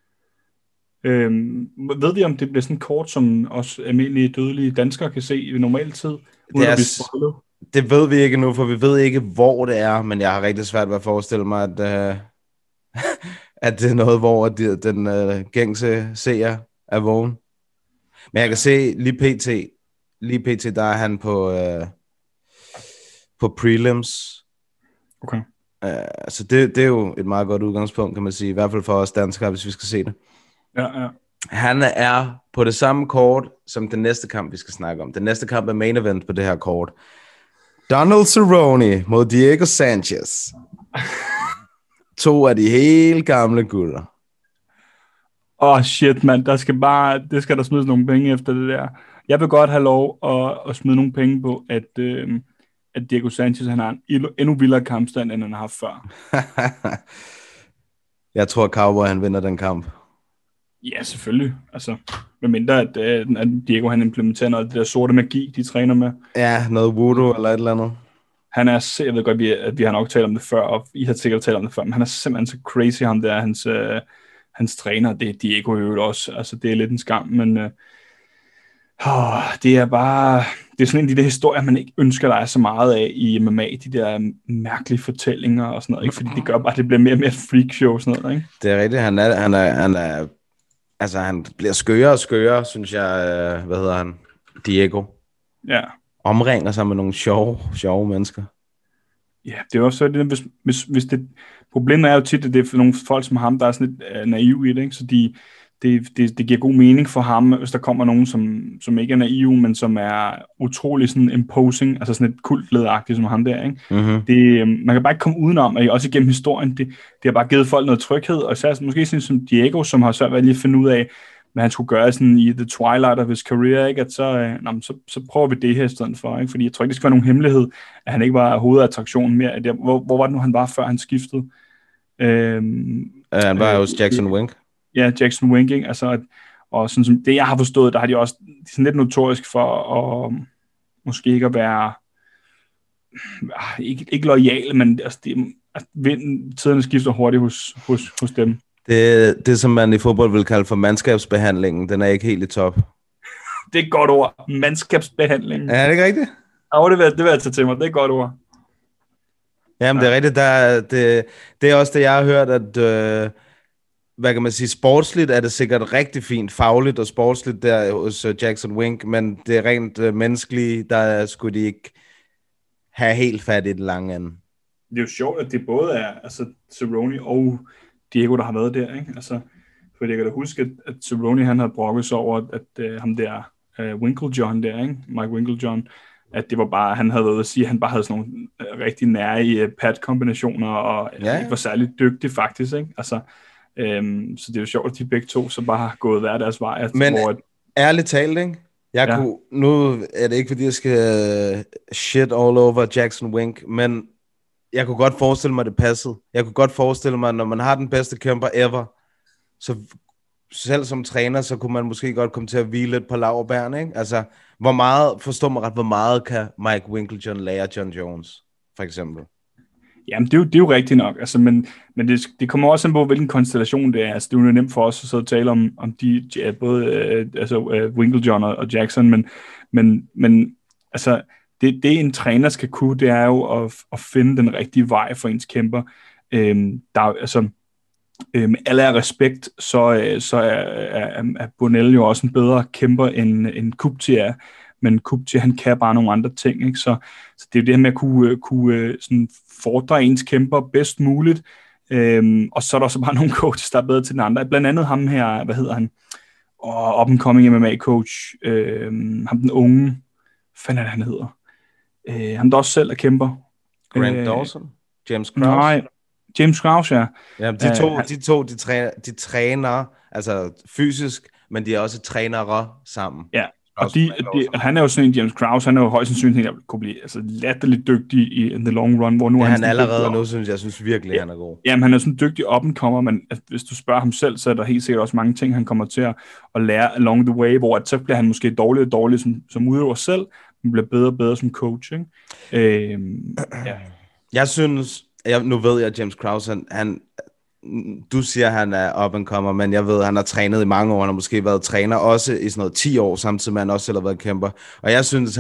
Ved vi, om det bliver sådan kort, som også almindelige dødelige danskere kan se i normal tid? Det ved vi ikke nu, for vi ved ikke, hvor det er, men jeg har rigtig svært ved at forestille mig, at det er noget, hvor den gængse seer er vågen. Men jeg kan se lige pt, der er han på prelims. Okay. Så det er jo et meget godt udgangspunkt, kan man sige, i hvert fald for os danskere, hvis vi skal se det. Ja. Han er på det samme kort, som den næste kamp, vi skal snakke om. Den næste kamp er main event på det her kort. Donald Cerrone mod Diego Sanchez. 2 af de helt gamle gutter. Shit, mand. Det skal der smides nogle penge efter det der. Jeg vil godt have lov at smide nogle penge på, at Diego Sanchez han har en endnu vildere kampstand, end han har haft før. Jeg tror, Cowboy han vinder den kamp. Ja, selvfølgelig. Altså, medmindre at Diego han implementerer noget af det der sorte magi, de træner med. Ja, noget voodoo eller et eller andet. Han er, jeg ved godt, at vi har nok talt om det før, og I har sikkert talt om det før, men han er simpelthen så crazy, ham der, hans træner, det er Diego i øvrigt også. Altså, det er lidt en skam, men det er sådan en af de der historier, man ikke ønsker, der er så meget af i MMA, de der mærkelige fortællinger og sådan noget, ikke? Fordi det gør bare, at det bliver mere og mere et freakshow og sådan noget, ikke? Det er rigtigt, han er altså, han bliver skøre og skøre, synes jeg, hvad hedder han? Diego. Ja. Omringer sig med nogle sjove mennesker. Ja, det er også det, hvis det... Problemet er jo tit, at det er for nogle folk som ham, der er sådan lidt naiv i det, ikke? Så det giver god mening for ham, hvis der kommer nogen, som ikke er naiv, men som er utrolig sådan imposing, altså sådan et kultlederagtigt som ham der, ikke? Mm-hmm. Man kan bare ikke komme udenom, at også igennem historien, det har bare givet folk noget tryghed, og især måske sådan som Diego, som har svært ved at lige finde ud af, hvad han skulle gøre sådan i the twilight of his career, ikke? At så prøver vi det her i stedet for, ikke? Fordi jeg tror ikke, det skal være nogen hemmelighed, at han ikke var hovedattraktionen mere. Hvor var det nu, han var, før han skiftede? Han var hos Jackson Wink. Ja, Jackson Wink, ikke? Altså, og sådan som det, jeg har forstået, der har de også sådan lidt notorisk for at måske ikke at være ikke loyale, men altså, tiderne skifter hurtigt hos dem. Det, som man i fodbold vil kalde for mandskabsbehandlingen, den er ikke helt i top. Det er et godt ord. Mandskabsbehandlingen. Er det ikke rigtigt? Ja, det vil jeg tage til mig. Det er et godt ord. Jamen, det er rigtigt. Det er også det, jeg har hørt, at hvad kan man sige, sportsligt er det sikkert rigtig fint, fagligt og sportsligt der hos Jackson Wink, men det er rent menneskeligt, der skulle de ikke have helt fat i den lange ende. det er jo sjovt, at det både er altså, Cerrone og Diego, der har været der, ikke? Altså, for jeg kan da huske, at Cerrone, han havde brokket sig over, at ham der, Winklejohn der, ikke? Mike Winklejohn, at det var bare, han havde været at sige, at han bare havde sådan nogle rigtig nære pad-kombinationer, og ikke var særlig dygtig faktisk, ikke? Altså, så det er jo sjovt, at de begge to så bare har gået hver deres vej. Men ærligt talt, ikke? Nu er det ikke, fordi jeg skal shit all over Jackson Wink, men jeg kunne godt forestille mig, det passede. Jeg kunne godt forestille mig, når man har den bedste kæmper ever, så selv som træner, så kunne man måske godt komme til at hvile lidt på laurbærne, ikke? Altså, hvor meget kan Mike Winklejohn lære John Jones, for eksempel? Jamen, det er jo rigtigt nok, altså, men det kommer også an på, hvilken konstellation det er. Altså, det er jo nemt for os at sidde og tale om de, både Winklejohn og Jackson, men altså, det en træner skal kunne, det er jo at finde den rigtige vej for ens kæmper. Med alle af respekt, så er Bonell jo også en bedre kæmper end Kupti er, men Kupti, han kan bare nogle andre ting, ikke? Så det er jo det her med at kunne sådan fordre ens kæmper bedst muligt, og så er der også bare nogle coaches, der er bedre til den andre. Blandt andet ham her, hvad hedder han? Up-and-coming MMA-coach, ham den unge, hvad fanden er det, han hedder? Ham der også selv er kæmper. Grant Dawson? James Krause? Nej, James Krause, ja. Ja, de træner, altså fysisk, men de er også trænere sammen. Ja, og han er jo sådan en James Krause, han er jo højst sandsynligt, at kunne blive altså, latterligt dygtig i the long run, hvor nu han allerede nu, synes virkelig, han er god. Jamen, han er sådan en dygtig up-and-comer, men hvis du spørger ham selv, så er der helt sikkert også mange ting, han kommer til at lære along the way, hvor så bliver han måske dårlig som udøver selv, men bliver bedre og bedre som coach, ikke? Jeg synes, nu ved jeg, at James Krause, du siger, han er up-and-comer, men jeg ved, han har trænet i mange år, han har måske været træner også i sådan noget 10 år, samtidig med han også selv har været kæmper. Og jeg synes,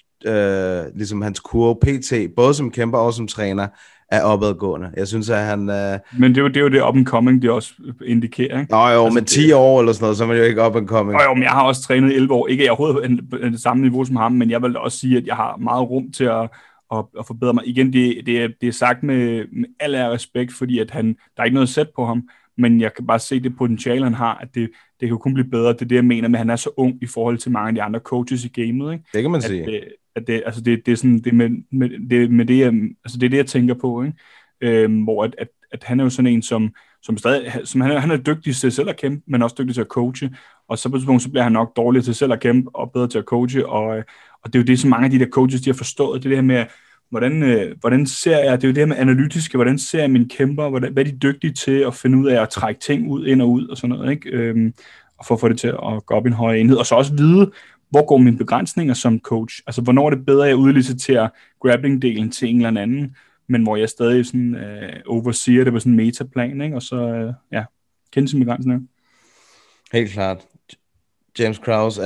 at hans kurve PT, både som kæmper og som træner, er opadgående. Jeg synes, at han... Men det er jo det up-and-coming, det også indikerer, ikke? Altså, med 10 år eller sådan noget, så er man jo ikke up-and-coming. Jo, men jeg har også trænet 11 år. Ikke overhovedet det samme niveau som ham, men jeg vil også sige, at jeg har meget rum til at forbedre mig. Igen, det er sagt med al respekt, fordi at der er ikke noget at sætte på ham, men jeg kan bare se det potentiale, han har, at det kan kun blive bedre. Det er det, jeg mener med, at han er så ung i forhold til mange af de andre coaches i gamet, ikke? Det kan man sige. Det er sådan, det er det, jeg tænker på, ikke? Hvor at han er jo sådan en, som stadig, han er dygtig til selv at kæmpe, men også dygtig til at coache, og så på et tidspunkt, så bliver han nok dårligere til selv at kæmpe, og bedre til at coache, og det er jo det, som mange af de der coaches, de har forstået, det her med, hvordan ser jeg, det er jo det her med analytiske, hvordan ser jeg mine kæmper, hvad er de dygtige til at finde ud af at trække ting ud, ind og ud, og sådan noget, ikke? Og for at få det til at gå op i en højere enhed, og så også vide, hvor går mine begrænsninger som coach, altså hvornår er det bedre, at jeg udliciterer grappling-delen til en eller anden, men hvor jeg stadig sådan overseer det på sådan en metaplan, ikke? Og så, kende sine begrænsninger. Helt klart. James Krause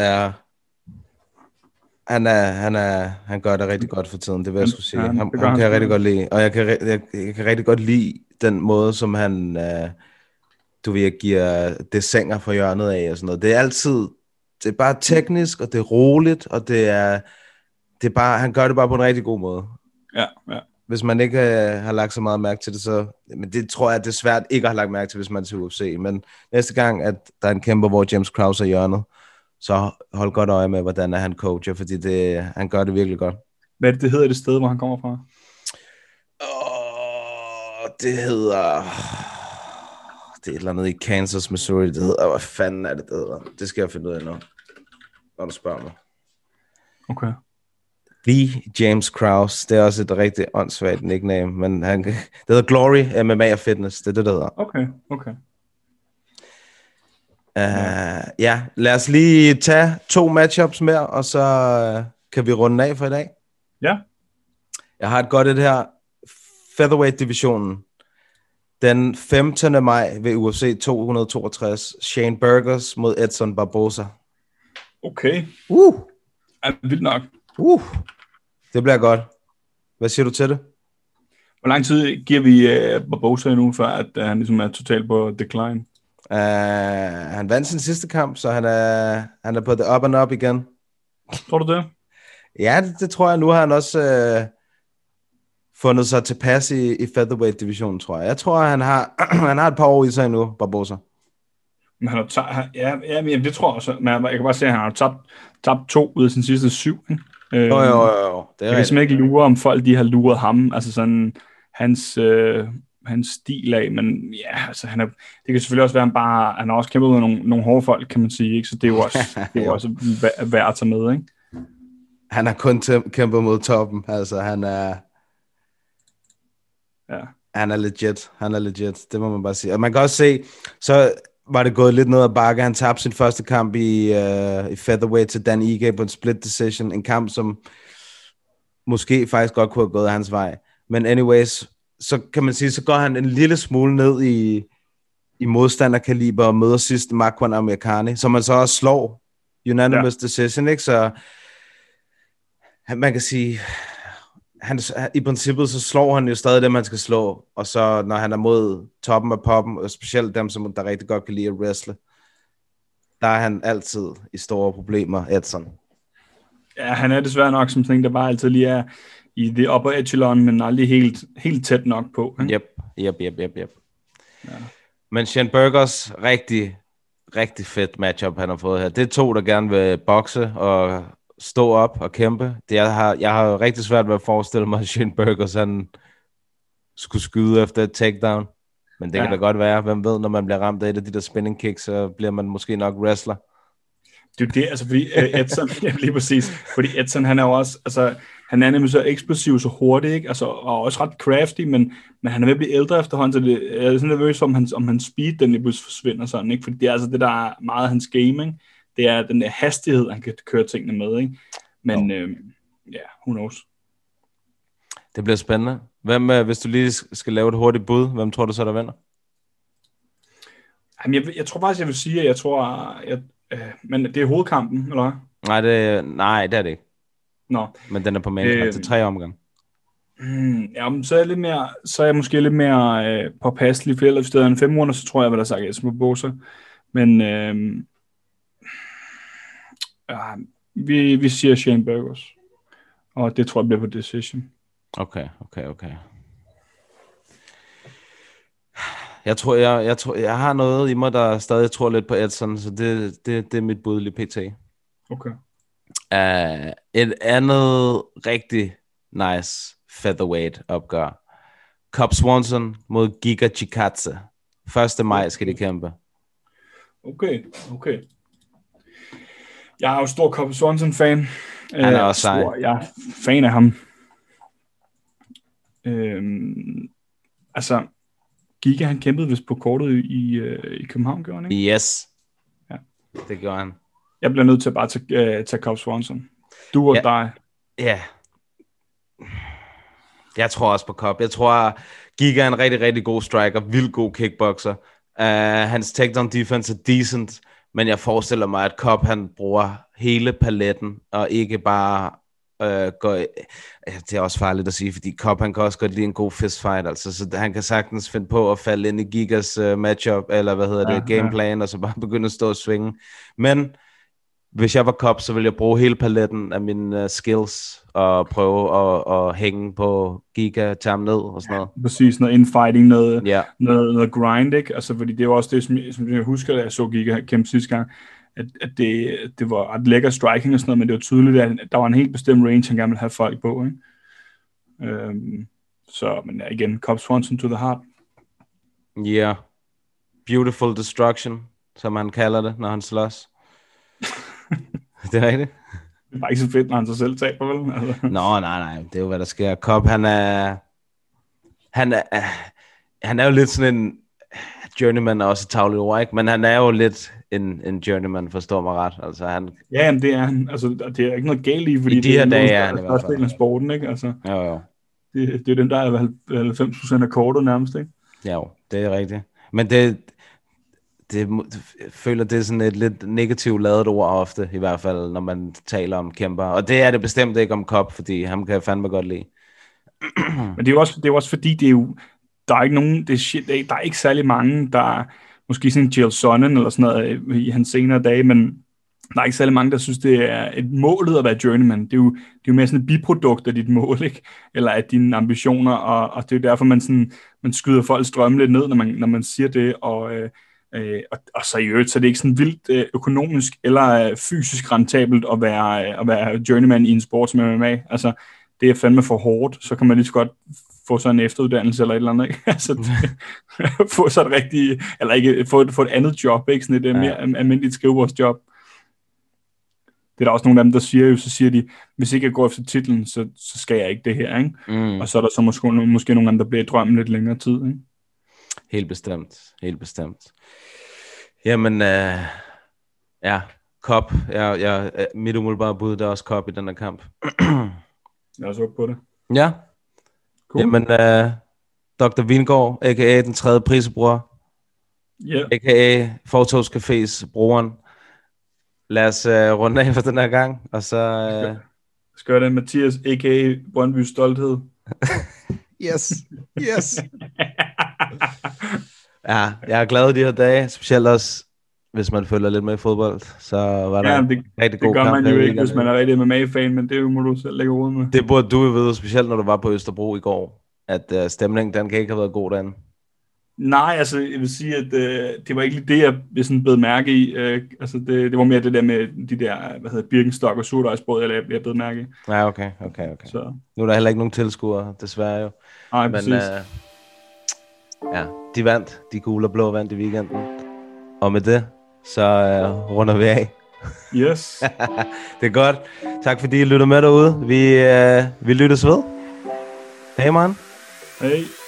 han gør det rigtig godt for tiden, det vil jeg skulle sige. Han kan jeg rigtig godt lide, og jeg kan rigtig godt lide den måde, som han, giver dessiner for hjørnet af og sådan noget. Det er bare teknisk, og det er roligt, og det er bare, han gør det bare på en rigtig god måde. Ja. Hvis man ikke har lagt så meget mærke til det, så... Men det tror jeg, det er svært ikke at have lagt mærke til, hvis man er til UFC. Men næste gang, at der er en kæmper, hvor James Krause er hjørnet, så hold godt øje med, hvordan han coacher, fordi han gør det virkelig godt. Hvad det hedder det sted, hvor han kommer fra? Det hedder... Det er et eller andet i Kansas, Missouri. Det hedder... Hvad fanden er det hedder? Det skal jeg finde ud af nu, når du spørger mig. Okay. The James Krause, det er også et rigtig åndssvagt nickname, men det hedder Glory MMA og Fitness, det er det, der hedder. Okay. Lad os lige tage 2 matchups mere, og så kan vi runde af for i dag. Ja. Jeg har et godt et her. Featherweight-divisionen. Den 15. maj ved UFC 262. Shane Burgos mod Edson Barboza. Okay. Er vildt nok. Det bliver godt. Hvad siger du til det? Hvor lang tid giver vi Barboza nu, før at han ligesom er totalt på decline? Han vandt sin sidste kamp, så han er på the up and up igen. Tror du det? Ja, det tror jeg. Nu har han også fundet sig tilpas i featherweight-divisionen, tror jeg. Jeg tror, han har et par år i sig endnu, Barbosa. Men han har men det tror jeg også. Men jeg kan bare se, at han har tabt 2 ud af sin sidste 7. Ikke? Jo. Det er jeg kan simpelthen ikke lure, om folk de har luret ham. Altså sådan hans stil af, men ja, altså det kan selvfølgelig også være, han har også kæmpet med nogle hårde folk, kan man sige, ikke? Så det er jo også, værd at tage med, ikke? Han har kun kæmpet mod toppen, altså han er legit, det må man bare sige. Og man kan også se, så var det gået lidt ned ad bakke. Han tabte sin første kamp i featherweight til Dan Ige på en split decision, en kamp, som måske faktisk godt kunne have gået hans vej. Men anyways, så kan man sige, så går han en lille smule ned i modstanderkaliber og møder sidst Makwan Amirkhani, som man så også slår unanimous decision, ikke? Så man kan sige, i princippet så slår han jo stadig dem, han skal slå, og så når han er mod toppen af poppen, og specielt dem, som der rigtig godt kan lide at wrestle, der er han altid i store problemer, Edson. Ja, han er desværre nok som sådan, der bare altid lige er i det upper echelon, men aldrig helt tæt nok på. Yep. Ja. Men Shane Burgos, rigtig, rigtig fedt matchup, han har fået her. Det er 2, der gerne vil bokse og stå op og kæmpe. Jeg har rigtig svært ved at forestille mig, at Shane Burgos, han skulle skyde efter et takedown. Men det kan da godt være. Hvem ved, når man bliver ramt af et af de der spinning kicks, så bliver man måske nok wrestler. Det er det, altså fordi Edson, lige præcis, fordi Edson, han er jo også, altså han er nemlig så eksplosiv, så hurtig, ikke? Altså, og også ret crafty, men han er ved at blive ældre efterhånden, så det er sådan nervøs for, om hans speed, den lige pludselig forsvinder sådan, ikke? Fordi det er altså det, der er meget af hans gaming, det er den der hastighed, han kan køre tingene med, ikke? Men who knows? Det bliver spændende. Hvem, hvis du lige skal lave et hurtigt bud, hvem tror du så, der vinder? Jamen, jeg tror faktisk, jeg vil sige, at men det er hovedkampen, eller hvad? Nej, det er det ikke. Nå. Men den er på main til 3 omgang. Jamen, så er jeg måske lidt mere påpasselig, for ellers stedet en 5 måneder, så tror jeg, hvad der sagt, Edson Barbosa. Men vi siger Shane Burgos. Og det tror jeg bliver på decision. Okay. Jeg tror, jeg har noget i mig, der stadig tror lidt på Edson, så det er mit bud lige pt. Okay. Et andet rigtig nice featherweight opgør. Cub Swanson mod Giga Chikadze. 1. maj skal de kæmpe. Okay. Jeg er jo stor Cub Swanson-fan. Han er også sej. Jeg er fan af ham. Altså, Giga, han kæmpede vist på kortet i København, gjorde han ikke? Yes. Ja. Det gjorde han. Jeg bliver nødt til at bare tage Cub Swanson. Du og dig. Ja. Jeg tror også på Cub. Jeg tror, Giga er en rigtig, rigtig god striker. Vildt god kickboxer. Hans takedown defense er decent. Men jeg forestiller mig, at Cub, han bruger hele paletten, og ikke bare det er også farligt at sige, fordi Cub, han kan også godt lide en god fistfight, altså, så han kan sagtens finde på at falde ind i Gigas matchup, eller gameplan, og så bare begynde at stå og svinge. Men hvis jeg var Cub, så ville jeg bruge hele paletten af mine skills, og prøve at hænge på Giga, tage ham ned, og sådan noget. Præcis, noget infighting, noget grind, ikke? Altså, fordi det er jo også det, som jeg husker, da jeg så Giga kæmpe sidste gang, at det var ret lækker striking og sådan noget, men det var tydeligt, at der var en helt bestemt range, han gerne ville have folk på, ikke? Men igen, Cub Swanson to the heart. Yeah. Beautiful destruction, som han kalder det, når han slås. Det er rigtigt. Det er bare ikke så fedt, når han sig selv taber, vel? Altså. Nå, nej, det er jo, hvad der sker. Cub, han er jo lidt sådan en journeyman, og også tavlet ord, ikke? Men han er jo lidt en journeyman, forstår mig ret. Altså, han... Ja, men det er han. Altså, det er ikke noget galt i, fordi de her dage er han i hvert fald. Det er af sporten, ikke? Altså, jo. Det er den, der er 90% af kortet nærmest, ikke? Jo, det er rigtigt. Men det føler, det er sådan et lidt negativt ladet ord ofte, i hvert fald, når man taler om kæmper. Og det er det bestemt ikke om Cub, fordi ham kan jeg fandme godt lide. Men det er jo også fordi, det er jo, der er ikke nogen, der er ikke særlig mange, der måske sådan Jill Sonnen eller sådan noget i hans senere dage, men Der er ikke særlig mange, der synes, det er et målet at være journeyman. Det er jo mere sådan et biprodukt af dit mål, ikke? Eller af dine ambitioner, og det er jo derfor, man skyder folks drømme lidt ned, når man siger det, og så i øvrigt, så er det ikke sådan vildt økonomisk eller fysisk rentabelt at være journeyman i en sport som MMA. Altså, det er fandme for hårdt, så kan man lige så godt få sådan en efteruddannelse eller et eller andet, ikke? Altså, få så et rigtigt, eller ikke, få et andet job, ikke? Sådan et mere almindeligt skrivebordsjob. Det er der også nogle af dem, der siger de, hvis ikke jeg går efter titlen, så skal jeg ikke det her, ikke? Og så er der så måske nogle andre, der bliver i drømmen lidt længere tid, ikke? Helt bestemt. Jamen, ja, Cobb. Mit umiddelbare bud, der er også Cobb i den her kamp. Jeg er så på det. Ja. Cool. Jamen, Dr. Vingård, a.k.a. den tredje prisebror. Yeah. A.k.a. Fortovscafés broren. Lad os runde af for den her gang, og så... Skal det Mathias, a.k.a. Brøndbys stolthed. Yes. Ja, jeg er glad i de her dage, specielt også, hvis man følger lidt med i fodbold, så var der en rigtig god kamp. Det gør man jo ikke, hvis man er rigtig MMA-fan, men det må du selv lægge hovedet med. Det burde du vide, specielt når du var på Østerbro i går, at stemningen, den kan ikke have været god derinde. Nej, altså, jeg vil sige, at det var ikke lige det, jeg sådan bed mærke i. Altså, det var mere det der med de der, Birkenstock og surdejsbrød, jeg bed mærke i. Ja, okay. Så. Nu er der heller ikke nogen tilskuere, desværre jo. Nej, præcis. Men, ja, de vandt. De gule og blå vandt i weekenden. Og med det, så runder vi af. Yes. Det er godt. Tak fordi I lytter med derude. Vi lyttes ved. Hej, man. Hej.